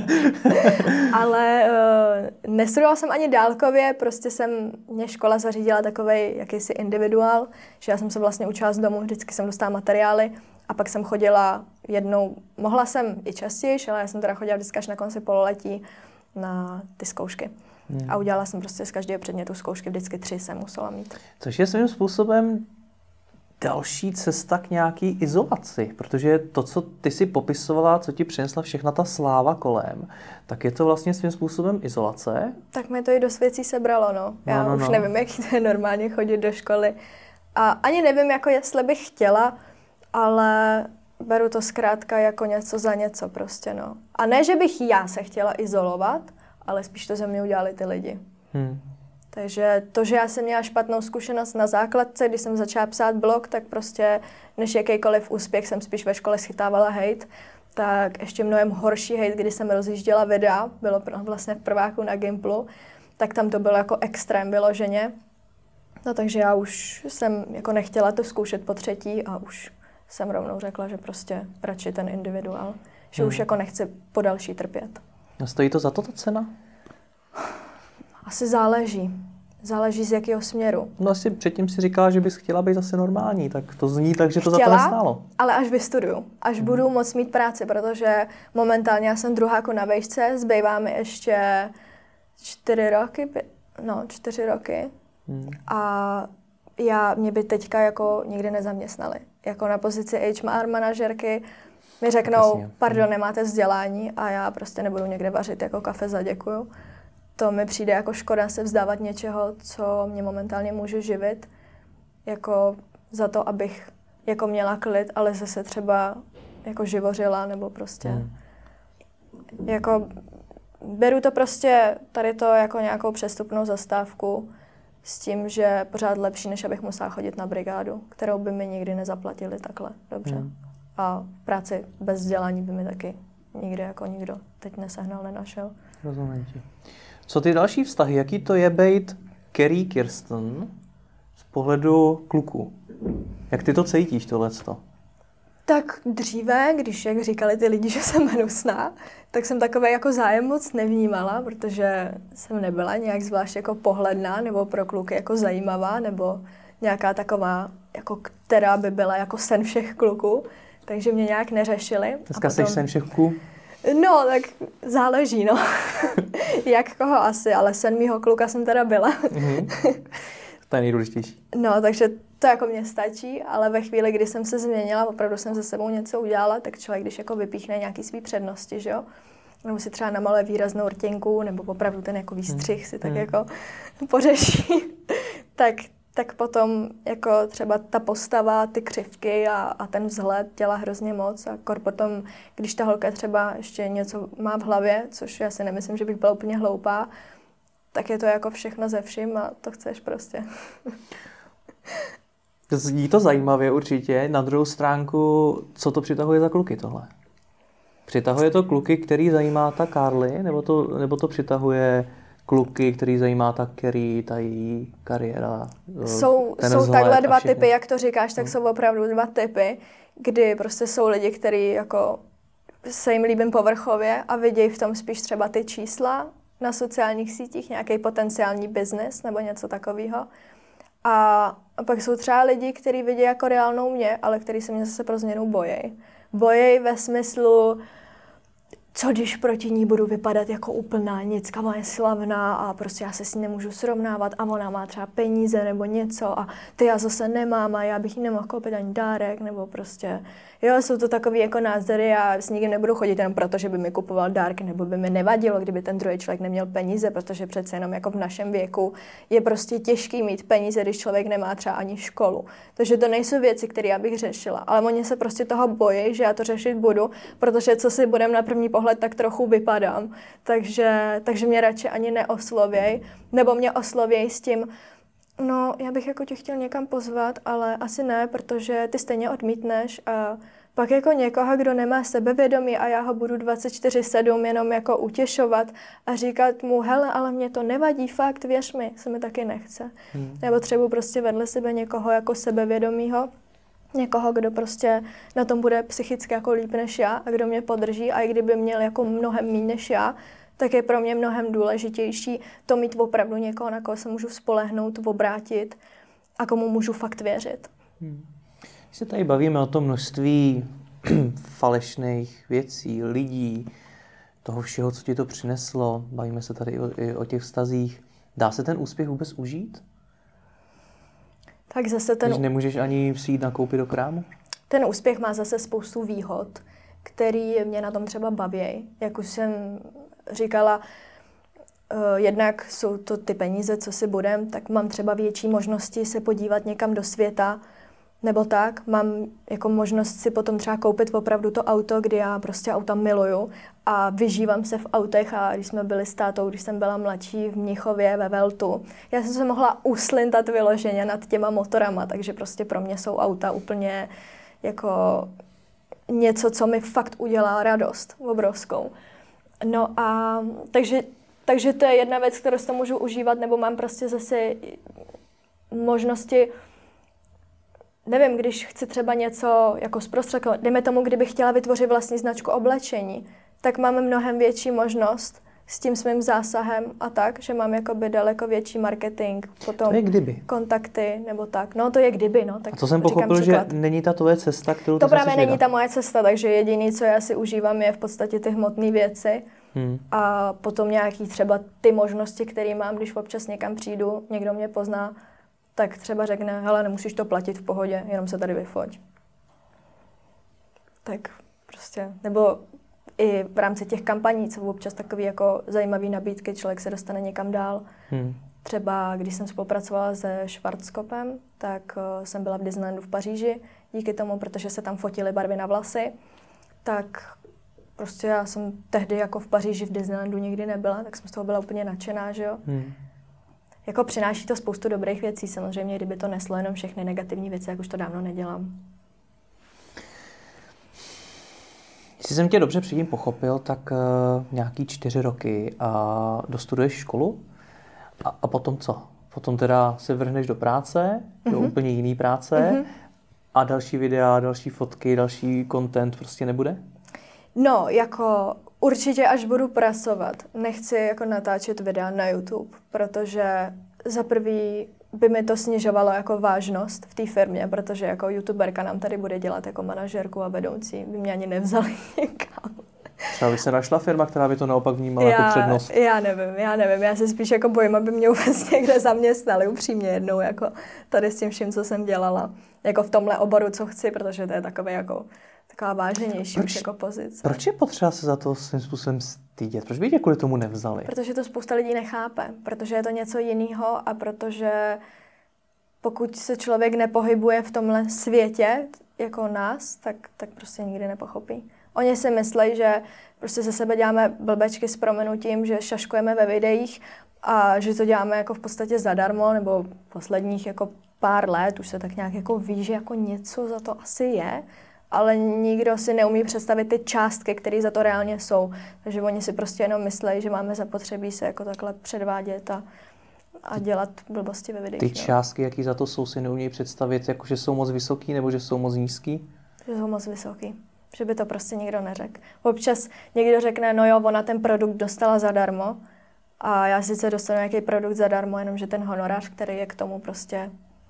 Ale nestudovala jsem ani dálkově, prostě mě škola zařídila takovej jakýsi individuál, že já jsem se vlastně učila z domu, vždycky jsem dostala materiály a pak jsem chodila jednou, mohla jsem i častěji, ale já jsem teda chodila vždycky až na konci pololetí na ty zkoušky. A udělala jsem prostě z každého předmětu zkoušky, vždycky 3 jsem musela mít. Což je svým způsobem další cesta k nějaký izolaci, protože to, co ty si popisovala, co ti přinesla všechna ta sláva kolem, tak je to vlastně svým způsobem izolace. Tak mi to i dost věcí sebralo, no. Já už nevím, jak to je normálně chodit do školy. A ani nevím, jako jestli bych chtěla, ale beru to zkrátka jako něco za něco prostě, no. A ne, že bych já se chtěla izolovat, ale spíš to ze mě udělali ty lidi. Takže to, že já jsem měla špatnou zkušenost na základce, když jsem začala psát blog, tak prostě než jakýkoliv úspěch jsem spíš ve škole schytávala hejt, tak ještě mnohem horší hejt, když jsem rozjížděla videa, bylo vlastně v prváku na Gimplu, tak tam to bylo jako extrém vyloženě. No takže já už jsem jako nechtěla to zkoušet po 3. a už jsem rovnou řekla, že prostě radši ten individuál, že už jako nechci po další trpět. A stojí to za to ta cena? Asi záleží. Záleží z jakého směru. No asi předtím si říkala, že bys chtěla být zase normální, tak to zní tak, že to za to nestálo. Ale až vystuduju, až budu moc mít práci, protože momentálně já jsem druháku na vejšce, zbývá mi ještě 4 roky. A mě by teďka jako nikdy nezaměstnali. Jako na pozici HR manažerky mi řeknou, pardon, nemáte vzdělání a já prostě nebudu někde vařit jako kafe za děkuju. To mi přijde jako škoda se vzdávat něčeho, co mě momentálně může živit, jako za to, abych jako měla klid, ale zase třeba jako živořila, nebo prostě jako beru to prostě tady to jako nějakou přestupnou zastávku s tím, že pořád lepší, než abych musela chodit na brigádu, kterou by mi nikdy nezaplatili takhle dobře. A práci bez vzdělání by mi taky nikdy jako nikdo teď nesehnal, nenašel. Rozumím ti. Co ty další vztahy? Jaký to je být Carrie Kirsten z pohledu kluku? Jak ty to cítíš, tohleto? Tak dříve, když, jak říkali ty lidi, že jsem hnusná, tak jsem takové jako zájem moc nevnímala, protože jsem nebyla nějak zvlášť jako pohledná nebo pro kluky jako zajímavá, nebo nějaká taková, jako která by byla jako sen všech kluků, takže mě nějak neřešili. Dneska jsi sen všech kluků? No, tak záleží, no. Jak koho asi, ale sen mýho kluka jsem teda byla. To je nejdůležitější. No, takže to jako mě stačí, ale ve chvíli, kdy jsem se změnila, opravdu jsem se sebou něco udělala, tak člověk, když jako vypíchne nějaký svý přednosti, že jo, nebo si třeba namaluje výraznou rtěnku, nebo opravdu ten jako výstřih si tak jako pořeší, tak potom jako třeba ta postava, ty křivky a ten vzhled dělá hrozně moc a potom, když ta holka třeba ještě něco má v hlavě, což já si nemyslím, že bych byla úplně hloupá, tak je to jako všechno ze vším a to chceš prostě. Zní to zajímavě určitě. Na druhou stránku, co to přitahuje za kluky tohle? Přitahuje to kluky, který zajímá ta Carly, nebo to přitahuje kluky, který zajímá ta Carrie, ta její kariéra? Jsou takhle dva typy, jak to říkáš, tak jsou opravdu 2 typy, kdy prostě jsou lidi, kteří jako se jim líbím povrchově a vidějí v tom spíš třeba ty čísla na sociálních sítích, nějaký potenciální biznis nebo něco takového. A pak jsou třeba lidi, kteří vidí jako reálnou mě, ale kteří se mě zase pro změnu bojí. Bojí ve smyslu, co když proti ní budu vypadat jako úplná nicka, moje slavná a prostě já se s ní nemůžu srovnávat a ona má třeba peníze nebo něco a ty já zase nemám a já bych jí nemohl koupit ani dárek nebo prostě, jo, jsou to takový jako názory, já s nikým nebudu chodit jenom proto, že by mi kupoval dárky nebo by mi nevadilo, kdyby ten druhý člověk neměl peníze, protože přece jenom jako v našem věku je prostě těžký mít peníze, když člověk nemá třeba ani školu. Takže to nejsou věci, které já bych řešila, ale oni se prostě toho bojí, že já to řešit budu, protože co si budem na první pohled, tak trochu vypadám. Takže mě radši ani neoslověj, nebo mě oslověj s tím, no, já bych jako tě chtěl někam pozvat, ale asi ne, protože ty stejně odmítneš a pak jako někoho, kdo nemá sebevědomí a já ho budu 24/7 jenom jako utěšovat a říkat mu, hele, ale mě to nevadí, fakt, věř mi, se mi taky nechce. Nebo třeba prostě vedle sebe někoho jako sebevědomího, někoho, kdo prostě na tom bude psychicky jako líp než já a kdo mě podrží a i kdyby měl jako mnohem méně než já, tak je pro mě mnohem důležitější to mít opravdu někoho, na koho se můžu spolehnout, obrátit a komu můžu fakt věřit. Když se tady bavíme o tom množství falešných věcí, lidí, toho všeho, co ti to přineslo, bavíme se tady i o těch vztazích, dá se ten úspěch vůbec užít? Tak zase Když nemůžeš ani přijít nakoupit do krámu? Ten úspěch má zase spoustu výhod, který mě na tom třeba baví. Jak už jsem říkala, jednak jsou to ty peníze, co si budem, tak mám třeba větší možnosti se podívat někam do světa, nebo tak. Mám jako možnost si potom třeba koupit opravdu to auto, kdy já prostě auta miluju a vyžívám se v autech a když jsme byli s tátou, když jsem byla mladší v Mnichově ve Veltu, já jsem se mohla uslintat vyloženě nad těma motorama, takže prostě pro mě jsou auta úplně jako něco, co mi fakt udělá radost obrovskou. No a takže to je jedna věc, kterou si to můžu užívat, nebo mám prostě zase možnosti, nevím, když chci třeba něco jako zprostředkovat, dejme tomu, kdybych chtěla vytvořit vlastní značku oblečení, tak máme mnohem větší možnost s tím svým zásahem a tak, že mám jakoby daleko větší marketing, potom to je kdyby. Kontakty nebo tak. No to je kdyby, no. Tak a to jsem pochopil, že není ta tvoje cesta, kterou ty to právě není vydat. ta moje cesta, takže jediný, co já si užívám, je v podstatě ty hmotné věci a potom nějaký třeba ty možnosti, které mám, když občas někam přijdu, někdo mě pozná, tak třeba řekne, hele, nemusíš to platit v pohodě, jenom se tady vyfoť. Tak prostě, nebo i v rámci těch kampaní, jsou občas takový jako zajímavý nabídky, člověk se dostane někam dál. Třeba když jsem spolupracovala se Schwarzkopfem, tak jsem byla v Disneylandu v Paříži, díky tomu, protože se tam fotily barvy na vlasy, tak prostě já jsem tehdy jako v Paříži v Disneylandu nikdy nebyla, tak jsem z toho byla úplně nadšená, že jo. Jako přináší to spoustu dobrých věcí, samozřejmě, kdyby to neslo jenom všechny negativní věci, jak už to dávno nedělám. Jestli jsem tě dobře předtím pochopil, tak nějaký 4 roky a dostuduješ školu a potom co? Potom teda se vrhneš do práce, do úplně jiný práce a další videa, další fotky, další content prostě nebude? No, jako určitě až budu pracovat. Nechci jako natáčet videa na YouTube, protože za prvý by mi to snižovalo jako vážnost v té firmě, protože jako youtuberka nám tady bude dělat jako manažerku a vedoucí, by mě ani nevzali někam. Třeba by se našla firma, která by to naopak vnímala jako přednost. Já nevím. Já se spíš jako bojím, aby mě vůbec někde zaměstnali upřímně jednou, jako tady s tím vším, co jsem dělala. Jako v tomhle oboru, co chci, protože to je takové jako taková váženější už jako pozice. Proč je potřeba se za to svým způsobem stydět? Proč by tě kvůli tomu nevzali? Protože to spousta lidí nechápe, protože je to něco jiného a protože pokud se člověk nepohybuje v tomhle světě jako nás, tak prostě nikdy nepochopí. Oni si myslí, že prostě ze sebe děláme blbečky s prominutím, že šaškujeme ve videích a že to děláme jako v podstatě zadarmo, nebo posledních jako pár let už se tak nějak jako ví, že jako něco za to asi je, ale nikdo si neumí představit ty částky, které za to reálně jsou. Takže oni si prostě jenom myslí, že máme zapotřebí se jako takhle předvádět a dělat blbosti ve videích. Ty částky, jaký za to jsou, si neumí představit, jako že jsou moc vysoký nebo že jsou moc nízký? Že jsou moc vysoký. Že by to prostě nikdo neřekl. Občas někdo řekne, no jo, ona ten produkt dostala zadarmo a já sice dostanu nějaký produkt zadarmo, jenomže ten honorář, který je k tomu prostě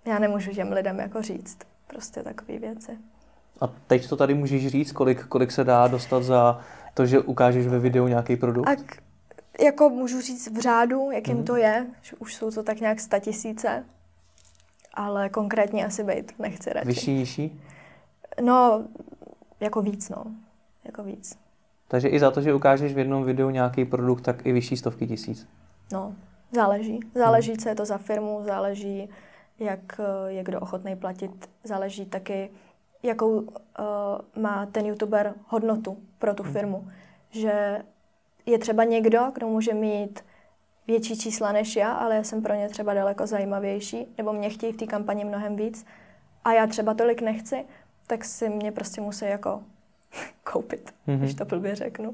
já nemůžu těm lidem jako říct prostě takové věci. A teď to tady můžeš říct, kolik se dá dostat za to, že ukážeš ve videu nějaký produkt? Jako můžu říct v řádu, jakým to je, že už jsou to tak nějak 100 000, ale konkrétně asi být nechci radši. Vyšší, nižší? No, jako víc, no. Jako víc. Takže i za to, že ukážeš v jednom videu nějaký produkt, tak i vyšší stovky tisíc? No, záleží. Záleží, co je to za firmu, záleží, jak je kdo ochotný platit, záleží taky, jakou má ten youtuber hodnotu pro tu firmu. Že je třeba někdo, kdo může mít větší čísla než já, ale já jsem pro ně třeba daleko zajímavější, nebo mě chtějí v té kampani mnohem víc a já třeba tolik nechci, tak si mě prostě musí jako koupit, když to blbě řeknu.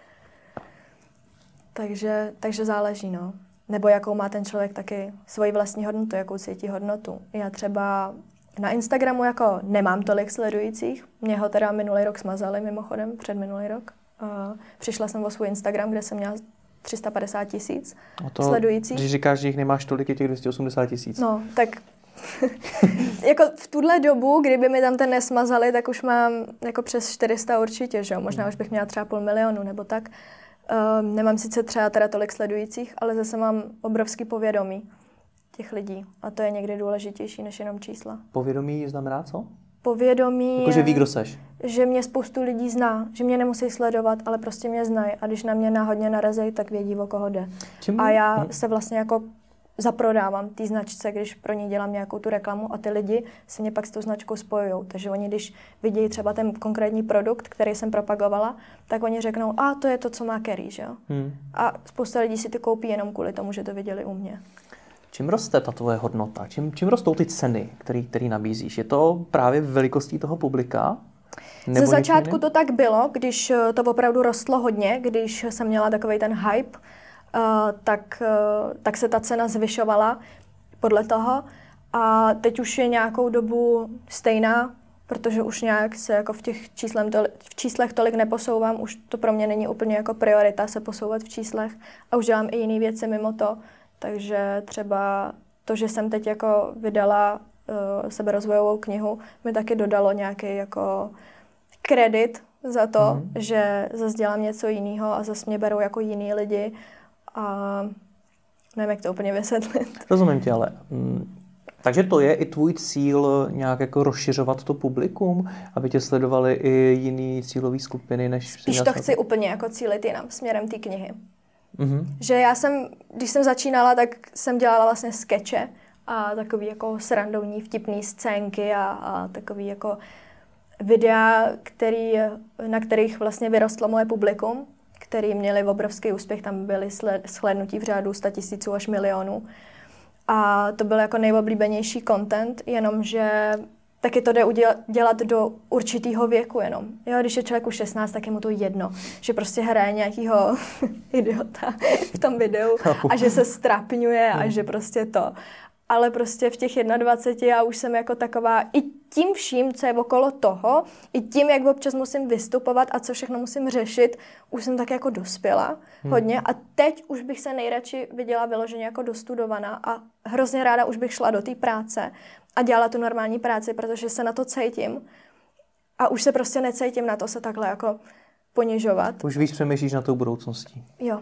Takže záleží, no. Nebo jakou má ten člověk taky svoji vlastní hodnotu, jakou cítí hodnotu. Já třeba na Instagramu jako nemám tolik sledujících, mě ho teda minulý rok smazali mimochodem, předminulý rok. Přišla jsem o svůj Instagram, kde jsem měla 350 000 sledujících. Když říkáš, že jich nemáš tolik, je těch 280 000. No, tak jako v tuhle dobu, kdyby mi tam ten nesmazali, tak už mám jako přes 400 určitě, že jo? Možná už bych měla třeba 500 000 nebo tak. Nemám sice třeba teda tolik sledujících, ale zase mám obrovský povědomí těch lidí. A to je někdy důležitější než jenom čísla. Povědomí znamená co? Povědomí jako, že ví, kdo seš. Že mě spoustu lidí zná, že mě nemusí sledovat, ale prostě mě znají. A když na mě náhodně narazí, tak vědí, o koho jde. A já se vlastně jako zaprodávám té značce, když pro ní dělám nějakou tu reklamu a ty lidi se mě pak s tou značkou spojujou. Takže oni, když vidí třeba ten konkrétní produkt, který jsem propagovala, tak oni řeknou, a to je to, co má Kerry, že jo? A spousta lidí si ty koupí jenom kvůli tomu, že to viděli u mě. Čím roste ta tvoje hodnota? Čím rostou ty ceny, který nabízíš? Je to právě velikostí toho publika? Ze začátku to tak bylo, když to opravdu rostlo hodně, když jsem měla takovej ten hype, tak se ta cena zvyšovala podle toho. A teď už je nějakou dobu stejná, protože už nějak se jako v číslech tolik neposouvám, už to pro mě není úplně jako priorita se posouvat v číslech a už dělám i jiné věci mimo to. Takže třeba to, že jsem teď jako vydala seberozvojovou knihu, mi taky dodalo nějaký jako kredit za to, že zase dělám něco jiného a zase mě berou jako jiný lidi a nevím, jak to úplně vysvětlit. Rozumím tě, ale takže to je i tvůj cíl nějak jako rozšiřovat to publikum, aby tě sledovali i jiný cílový skupiny, než... Spíš to chci úplně jako cílit jinam, směrem té knihy. Že já jsem, když jsem začínala, tak jsem dělala vlastně skeče a takový jako srandovní vtipný scénky a takový jako videa, na kterých vlastně vyrostlo moje publikum, který měli obrovský úspěch, tam byly shlédnutí v řádu 100 000 až milionů. A to byl jako nejoblíbenější content, jenomže taky to jde dělat do určitého věku jenom. Jo, když je člověku 16, tak je mu to jedno, že prostě hraje nějakýho idiota v tom videu a že se strapňuje a že prostě to. Ale prostě v těch 21 já už jsem jako taková i tím vším, co je okolo toho, i tím, jak občas musím vystupovat a co všechno musím řešit, už jsem tak jako dospěla hodně a teď už bych se nejradši viděla vyloženě jako dostudovaná a hrozně ráda už bych šla do té práce a dělala tu normální práci, protože se na to cítím a už se prostě necítím na to se takhle jako ponižovat. Už víc přemýšlíš na tou budoucností. Jo.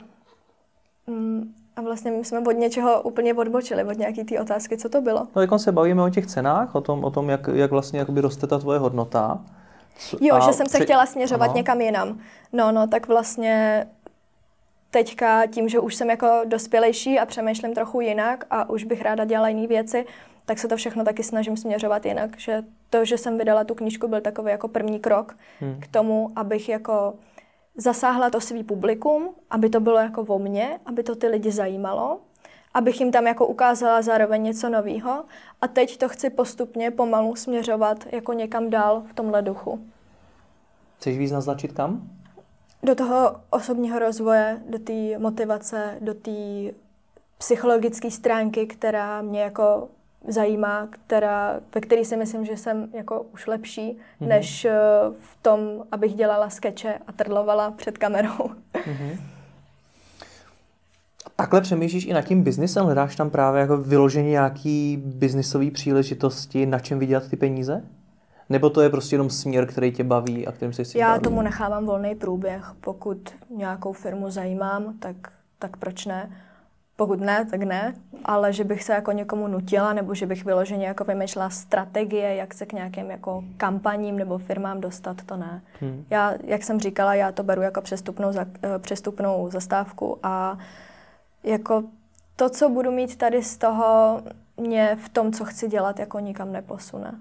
A vlastně my jsme od něčeho úplně odbočili, od nějaký té otázky, co to bylo. No, jak se bavíme o těch cenách, o tom jak vlastně jakoby roste ta tvoje hodnota. Jo, že jsem se chtěla směřovat někam jinam. No, tak vlastně teďka tím, že už jsem jako dospělejší a přemýšlím trochu jinak a už bych ráda dělala jiné věci, tak se to všechno taky snažím směřovat jinak. Že to, že jsem vydala tu knížku, byl takový jako první krok k tomu, abych jako zasáhla to svý publikum, aby to bylo jako o mně, aby to ty lidi zajímalo, abych jim tam jako ukázala zároveň něco nového. A teď to chci postupně pomalu směřovat jako někam dál v tomhle duchu. Chceš víc naznačit kam? Do toho osobního rozvoje, do té motivace, do té psychologické stránky, která mě jako zajímá, ve které si myslím, že jsem jako už lepší, než v tom, abych dělala skeče a trdlovala před kamerou. Takhle přemýšlíš i nad tím biznisem? Hledáš tam právě jako vyloženě nějaký biznisové příležitosti, na čem vydělat ty peníze? Nebo to je prostě jenom směr, který tě baví a kterým se Já tomu nechávám volný průběh. Pokud nějakou firmu zajímám, tak proč ne? Pokud ne, tak ne. Ale že bych se jako někomu nutila, nebo že bych vyloženě jako vymýšlela strategie, jak se k nějakým jako kampaním nebo firmám dostat, to ne. Já, jak jsem říkala, já to beru jako přestupnou zastávku a jako to, co budu mít tady z toho, mě v tom, co chci dělat, jako nikam neposune.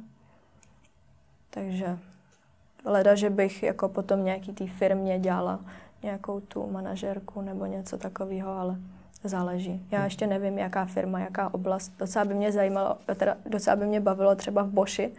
Takže leda, že bych jako potom nějaký té firmě dělala nějakou tu manažerku nebo něco takového, ale záleží. Já ještě nevím, jaká firma, jaká oblast. Docela by mě zajímalo, docela by mě bavilo třeba v Boši,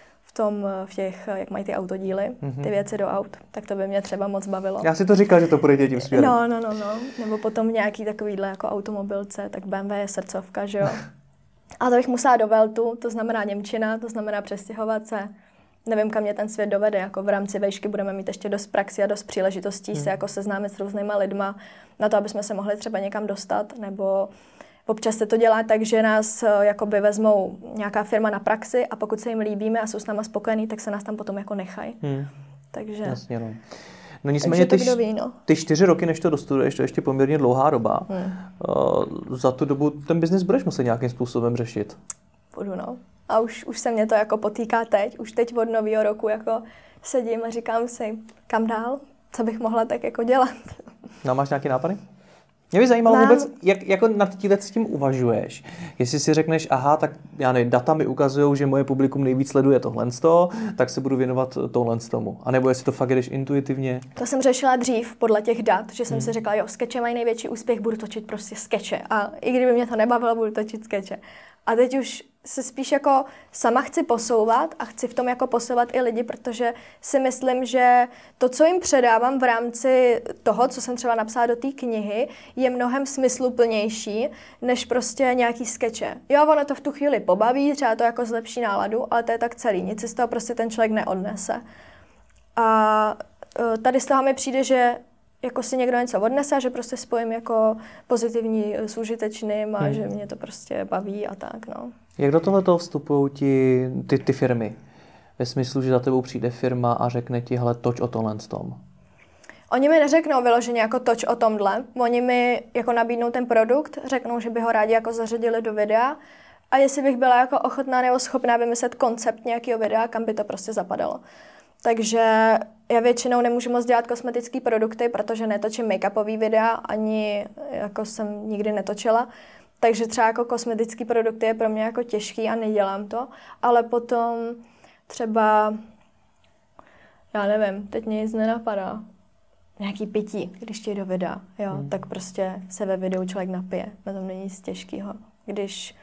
v těch, jak mají ty autodíly, ty věci do aut, tak to by mě třeba moc bavilo. Já si to říkal, že to půjde tím směrem. No. Nebo potom nějaký takovýhle jako automobilce, tak BMW je srdcovka, že jo. A to bych musela do Veltu, to znamená němčina, to znamená přestěhovat se. Nevím, kam mě ten svět dovede, jako v rámci vejšky budeme mít ještě dost praxi a dost příležitostí se jako seznámit s různýma lidma na to, aby jsme se mohli třeba někam dostat, nebo občas se to dělá tak, že nás jakoby vezmou nějaká firma na praxi a pokud se jim líbíme a jsou s náma spokojení, tak se nás tam potom jako nechají. Takže... Jasně, no. No nicméně ty 4 roky, než to dostuduješ, to je ještě poměrně dlouhá doba. Za tu dobu ten biznis budeš muset nějakým způsobem řešit. Budu, no. A už se mě to jako potýká teď. Už teď od nového roku jako sedím a říkám si, kam dál, co bych mohla tak jako dělat. No, máš nějaké nápady? Mě by zajímalo vůbec, jak jako nad tím uvažuješ. Jestli si řekneš, aha, tak já nevím, data mi ukazují, že moje publikum nejvíc sleduje tohlensto, tak se budu věnovat tomu. A nebo jestli to fakt jdeš intuitivně. To jsem řešila dřív podle těch dat, že jsem si řekla, jo, skeče mají největší úspěch, budu točit prostě skeče. A i kdyby mě to nebavilo, budu točit skeče. A teď už se spíš jako sama chci posouvat a chci v tom jako posouvat i lidi, protože si myslím, že to, co jim předávám v rámci toho, co jsem třeba napsala do té knihy, je mnohem smysluplnější, než prostě nějaký skeče. Jo, ono to v tu chvíli pobaví, třeba to jako zlepší náladu, ale to je tak celý. Nic si z toho prostě ten člověk neodnese. A tady z toho mi přijde, že jako si někdo něco odnese, že prostě spojím jako pozitivní s užitečným a že mě to prostě baví a tak, no. Jak do tohoto vstupují ty firmy? Ve smyslu, že za tebou přijde firma a řekne ti, hele, toč o tomhle tom. Oni mi neřeknou vyloženě jako toč o tomhle. Oni mi jako nabídnou ten produkt, řeknou, že by ho rádi jako zařadili do videa a jestli bych byla jako ochotná nebo schopná vymyslet koncept nějakého videa, kam by to prostě zapadalo. Takže já většinou nemůžu moc dělat kosmetické produkty, protože netočím make-upový videa, ani jako jsem nikdy netočila. Takže třeba jako kosmetické produkty je pro mě jako těžký a nedělám to. Ale potom třeba, já nevím, teď mě nic nenapadá. Nějaký pití, když ti do videa, jo, tak prostě se ve videu člověk napije. Na tom není nic těžkého. Když...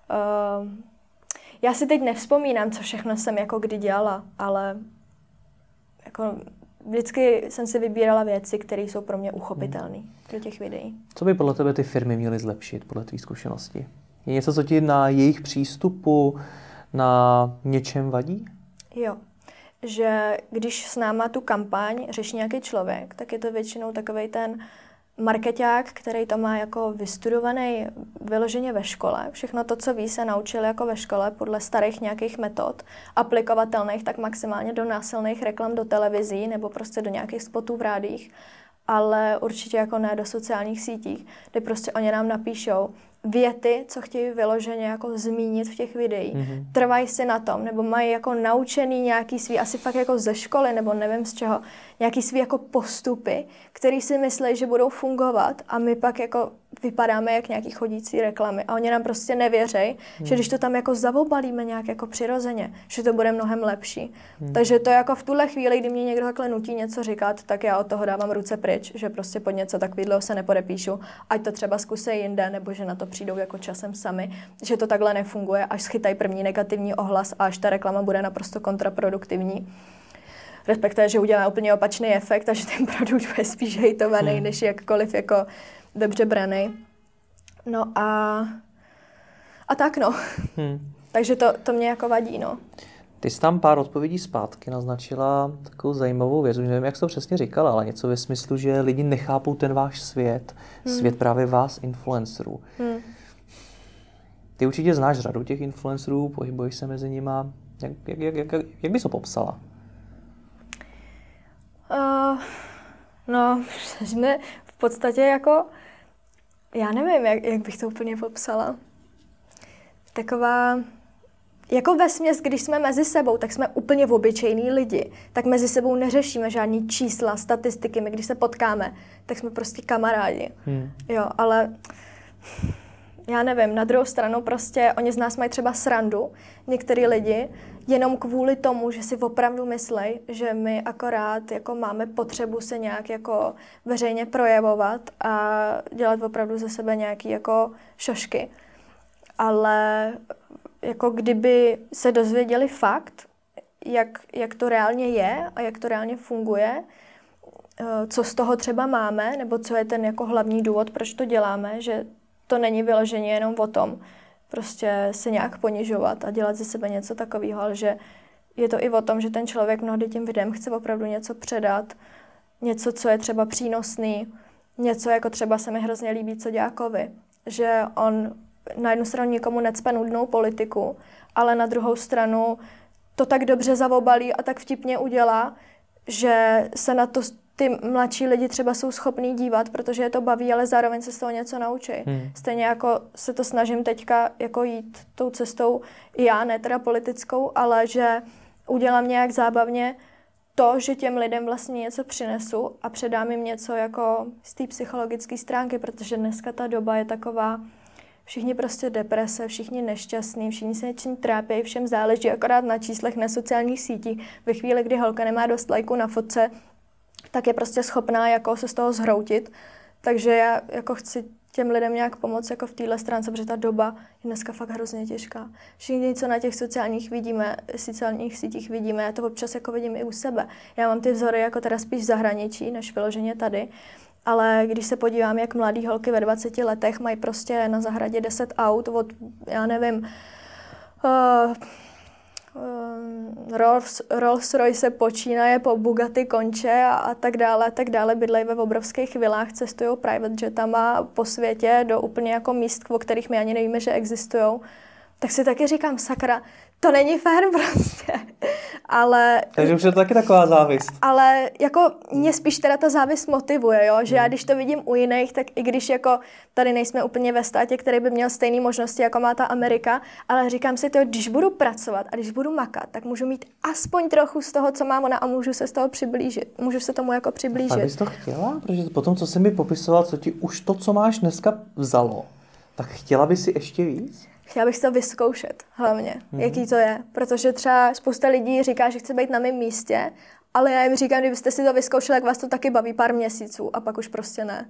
já si teď nevzpomínám, co všechno jsem jako kdy dělala, ale jako vždycky jsem si vybírala věci, které jsou pro mě uchopitelné do těch videí. Co by podle tebe ty firmy měly zlepšit, podle tvých zkušeností? Je něco, co ti na jejich přístupu, na něčem vadí? Jo, že když s náma tu kampaň řeší nějaký člověk, tak je to většinou takovej ten markeťák, který to má jako vystudovaný vyloženě ve škole. Všechno to, co ví, se naučil jako ve škole podle starých nějakých metod, aplikovatelných tak maximálně do násilných reklam do televizí nebo prostě do nějakých spotů v rádích, ale určitě jako ne do sociálních sítích, kde prostě oni nám napíšou věty, co chtějí vyloženě jako zmínit v těch videích. Trvají si na tom, nebo mají jako naučený nějaký svý, asi fakt jako ze školy, nebo nevím z čeho, nějaký svý jako postupy, který si myslí, že budou fungovat a my pak jako vypadáme jak nějaký chodící reklamy a oni nám prostě nevěří, že když to tam jako zavobalíme nějak jako přirozeně, že to bude mnohem lepší. Takže to jako v tuhle chvíli, kdy mě někdo takhle nutí něco říkat, tak já od toho dávám ruce pryč, že prostě pod něco takového se nepodepíšu, ať to třeba zkusej jinde, nebo že na to přijdou jako časem sami, že to takhle nefunguje, až schytají první negativní ohlas a až ta reklama bude naprosto kontraproduktivní. Respektive, že udělá úplně opačný efekt a že ten produkt bude spíš hejtovaný, než jakkoliv jako dobře braný. No a tak no. Takže to mě jako vadí, no. Ty jsi tam pár odpovědí zpátky naznačila takovou zajímavou věc, už nevím, jak jsi to přesně říkala, ale něco ve smyslu, že lidi nechápou ten váš svět, svět právě vás, influencerů. Ty určitě znáš řadu těch influencerů, pohybuješ se mezi nima. Jak bys to popsala? No, jsme v podstatě jako, já nevím, jak bych to úplně popsala. Taková, jako vesměs, když jsme mezi sebou, tak jsme úplně obyčejní lidi. Tak mezi sebou neřešíme žádný čísla, statistiky. My když se potkáme, tak jsme prostě kamarádi. Jo, ale já nevím, na druhou stranu prostě oni z nás mají třeba srandu, některý lidi, jenom kvůli tomu, že si opravdu myslej, že my akorát jako máme potřebu se nějak jako veřejně projevovat a dělat opravdu ze sebe nějaký jako šošky. Ale jako kdyby se dozvěděli fakt, jak to reálně je a jak to reálně funguje, co z toho třeba máme, nebo co je ten jako hlavní důvod, proč to děláme, že to není vyloženě jenom o tom, prostě se nějak ponižovat a dělat ze sebe něco takového, ale že je to i o tom, že ten člověk mnohdy tím videem chce opravdu něco předat, něco, co je třeba přínosný, něco jako třeba se mi hrozně líbí, co dělá Kovy, že on na jednu stranu nikomu necpe nudnou politiku, ale na druhou stranu to tak dobře zavobalí a tak vtipně udělá, že se na to ty mladší lidi třeba jsou schopní dívat, protože je to baví, ale zároveň se z toho něco naučí. Stejně jako se to snažím teďka jako jít tou cestou i já, ne teda politickou, ale že udělám nějak zábavně to, že těm lidem vlastně něco přinesu a předám jim něco jako z té psychologické stránky, protože dneska ta doba je taková, všichni prostě deprese, všichni nešťastní, všichni se něčím trápí, všem záleží akorát na číslech na sociálních sítích. Ve chvíli, kdy holka nemá dost lajků na fotce, tak je prostě schopná jako se z toho zhroutit. Takže já jako chci těm lidem nějak pomoct jako v téhle stránce, protože ta doba je dneska fakt hrozně těžká. Všichni, co na těch sociálních sítích vidíme, já to občas jako vidím i u sebe. Já mám ty vzory jako teda spíš v zahraničí, než vyloženě tady. Ale když se podívám, jak mladý holky ve 20 letech mají prostě na zahradě 10 aut od, já nevím, Rolls-Royce počínaje po Bugatti konče a tak dále, bydlejí ve obrovských vilách, cestují private jetama po světě do úplně jako míst, o kterých my ani nevíme, že existují. Tak si taky říkám, sakra, to není fér prostě. Ale, takže už je to taky taková závist. Ale jako mě spíš teda ta závist motivuje, jo? Že já když to vidím u jiných, tak i když jako tady nejsme úplně ve státě, který by měl stejné možnosti, jako má ta Amerika, ale říkám si to, když budu pracovat a když budu makat, tak můžu mít aspoň trochu z toho, co má ona a můžu se z toho přiblížit. Můžu se tomu jako přiblížit. A bys to chtěla? Protože potom, co jsi mi popisoval, co ti už to, co máš dneska vzalo, tak chtěla bys si ještě víc? Chtěla bych to vyzkoušet hlavně, jaký to je. Protože třeba spousta lidí říká, že chce být na mém místě, ale já jim říkám, kdybyste si to vyzkoušeli, tak vás to taky baví pár měsíců a pak už prostě ne.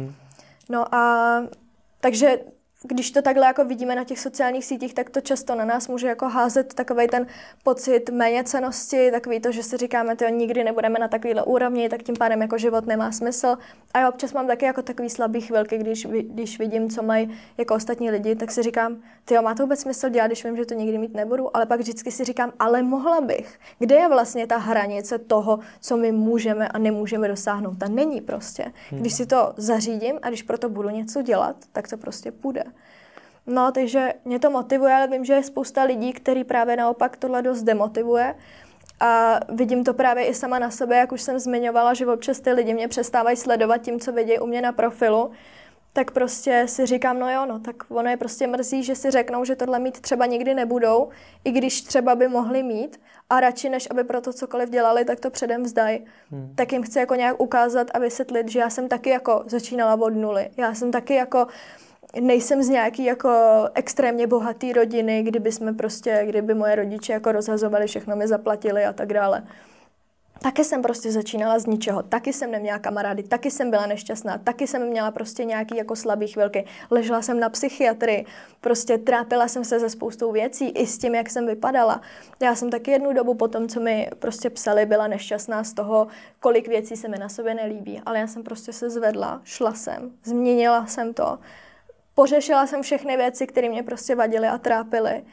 No a takže když to takhle jako vidíme na těch sociálních sítích, tak to často na nás může jako házet takovej ten pocit méněcennosti, takový to, že si říkáme, tyjo, nikdy nebudeme na takovýhle úrovni, tak tím pádem jako život nemá smysl. A já občas mám taky jako takový slabý chvilky, když vidím, co mají jako ostatní lidi, tak si říkám, tyjo, má to vůbec smysl dělat, když vím, že to nikdy mít nebudu, ale pak vždycky si říkám, ale mohla bych. Kde je vlastně ta hranice toho, co my můžeme a nemůžeme dosáhnout? Ta není prostě. Když si to zařídím a když proto budu něco dělat, tak to prostě půjde. No, takže mě to motivuje, ale vím, že je spousta lidí, který právě naopak tohle dost demotivuje. A vidím to právě i sama na sobě, jak už jsem zmiňovala, že občas ty lidi mě přestávají sledovat tím, co vidí u mě na profilu. Tak prostě si říkám, no jo, no, tak ono je prostě mrzí, že si řeknou, že tohle mít třeba nikdy nebudou, i když třeba by mohli mít a radši, než aby pro to cokoliv dělali, tak to předem vzdají. Tak jim chci jako nějak ukázat a vysvětlit, že já jsem taky jako začínala od nuly. Já jsem taky jako nejsem z nějaký jako extrémně bohatý rodiny, kdyby moje rodiče jako rozhazovali, všechno mi zaplatili a tak dále. Taky jsem prostě začínala z ničeho, taky jsem neměla kamarády, taky jsem byla nešťastná, taky jsem měla prostě nějaký jako slabý chvilky. Ležela jsem na psychiatrii, prostě trápila jsem se ze spoustou věcí, i s tím, jak jsem vypadala. Já jsem taky jednu dobu po tom, co mi prostě psali, byla nešťastná z toho, kolik věcí se mi na sobě nelíbí, ale já jsem prostě se zvedla, šla jsem, změnila jsem to. Pořešila jsem všechny věci, které mě prostě vadily a trápily.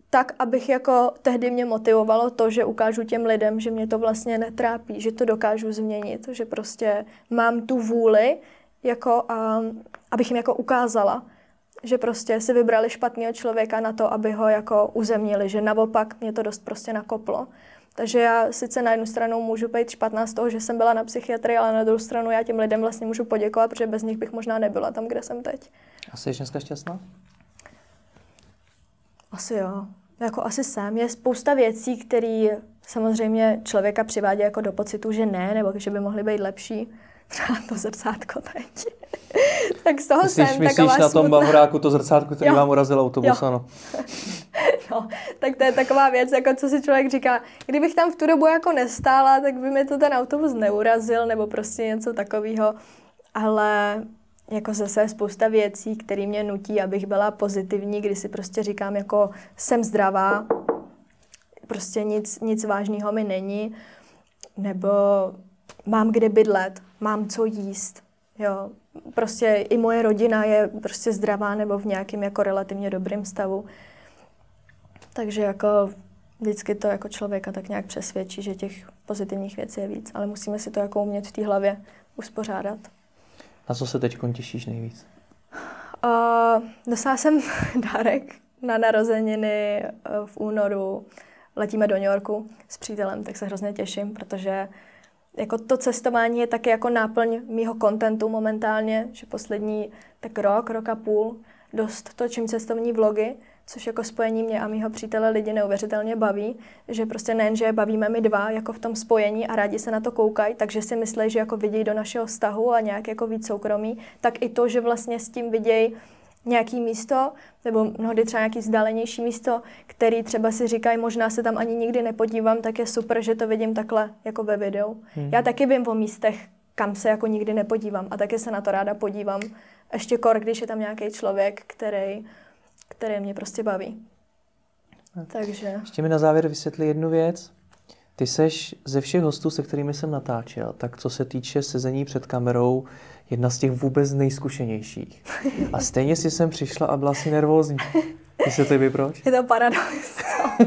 tak, abych jako tehdy mě motivovalo to, že ukážu těm lidem, že mě to vlastně netrápí, že to dokážu změnit, že prostě mám tu vůli, jako abych jim jako ukázala, že prostě si vybrali špatného člověka na to, aby ho jako uzemnili, že naopak mě to dost prostě nakoplo. Takže já sice na jednu stranu můžu být špatná z toho, že jsem byla na psychiatrii, ale na druhou stranu já těm lidem vlastně můžu poděkovat, protože bez nich bych možná nebyla tam, kde jsem teď. A jsi dneska šťastná? Asi jo. Jako asi jsem. Je spousta věcí, které samozřejmě člověka přivádí jako do pocitu, že ne, nebo že by mohly být lepší. Třeba to zrcátko teď. Tak z toho jsem taková Myslíš na tom Bavoráku to zrcátko, který vám urazil autobus, ano. No, tak to je taková věc, jako co si člověk říká, kdybych tam v tu dobu jako nestála, tak by mi to ten autobus neurazil, nebo prostě něco takového. Ale jako zase je spousta věcí, které mě nutí, abych byla pozitivní, kdy si prostě říkám, jako jsem zdravá, prostě nic vážného mi není, nebo mám kde bydlet, mám co jíst, jo. Prostě i moje rodina je prostě zdravá nebo v nějakém jako relativně dobrém stavu. Takže jako vždycky to jako člověka tak nějak přesvědčí, že těch pozitivních věcí je víc, ale musíme si to jako umět v té hlavě uspořádat. Na co se teď těšíš nejvíc? Dostala jsem dárek na narozeniny v únoru. Letíme do New Yorku s přítelem, tak se hrozně těším, protože jako to cestování je taky jako náplň mýho kontentu momentálně, že poslední tak rok a půl dost točím cestovní vlogy, což jako spojení mě a mýho přítele lidi neuvěřitelně baví, že prostě nejen, že bavíme my dva jako v tom spojení a rádi se na to koukají, takže si myslí, že jako vidějí do našeho vztahu a nějak jako víc soukromí, tak i to, že vlastně s tím vidějí nějaký místo, nebo mnohdy třeba nějaký vzdálenější místo, který třeba si říkají, možná se tam ani nikdy nepodívám, tak je super, že to vidím takhle jako ve videu. Já taky vím o místech, kam se jako nikdy nepodívám a taky se na to ráda podívám. Ještě kor, když je tam nějaký člověk, který mě prostě baví. Takže... Ještě mi na závěr vysvětli jednu věc. Ty seš ze všech hostů, se kterými jsem natáčel, tak co se týče sezení před kamerou, jedna z těch vůbec nejzkušenějších. A stejně si sem přišla a byla si nervózní. Vysvětli mi proč? Je to paradox.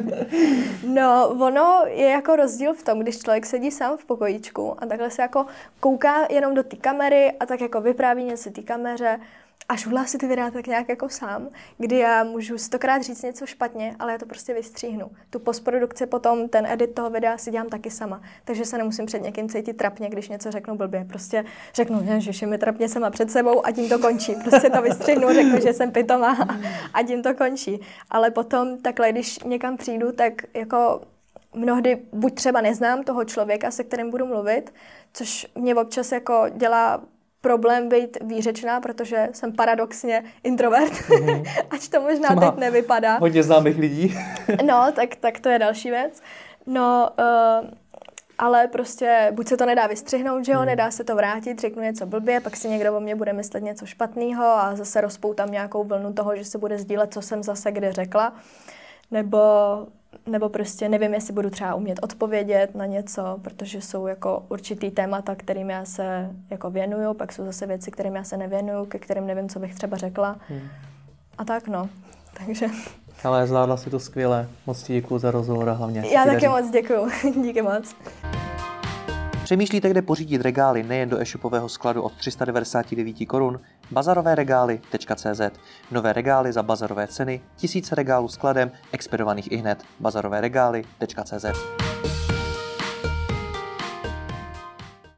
No, ono je jako rozdíl v tom, když člověk sedí sám v pokojíčku a takhle se jako kouká jenom do té kamery a tak jako vypráví něco té kameře a šulá si ty videa tak nějak jako sám, kdy já můžu 100krát říct něco špatně, ale já to prostě vystříhnu. Tu postprodukci potom, ten edit toho videa si dělám taky sama, takže se nemusím před někým cítit trapně, když něco řeknu blbě. Prostě řeknu, že mi trapně sama před sebou a tím to končí. Prostě to vystřihnu, řeknu, že jsem pitomá a tím to končí. Ale potom takhle, když někam přijdu, tak jako mnohdy buď třeba neznám toho člověka, se kterým budu mluvit, což mě občas jako dělá problém být výřečná, protože jsem paradoxně introvert, ač to možná teď nevypadá. Hodně známých lidí. No, tak to je další věc. No, ale prostě buď se to nedá vystřihnout, že jo, nedá se to vrátit, řeknu něco blbě, pak si někdo o mě bude myslet něco špatného a zase rozpoutám nějakou vlnu toho, že se bude sdílet, co jsem zase kde řekla. Nebo prostě nevím, jestli budu třeba umět odpovědět na něco, protože jsou jako určitý témata, kterým já se jako věnuju, pak jsou zase věci, kterým já se nevěnuju, ke kterým nevím, co bych třeba řekla. A tak no, takže... Ale zvládla si to skvěle. Moc ti děkuju za rozhovor a hlavně. Já taky moc děkuju. Díky moc. Přemýšlíte, kde pořídit regály nejen do e-shopového skladu od 399 korun? Bazarovéregály.cz. Nové regály za bazarové ceny, tisíce regálů skladem, expedovaných ihned. Bazarovéregály.cz.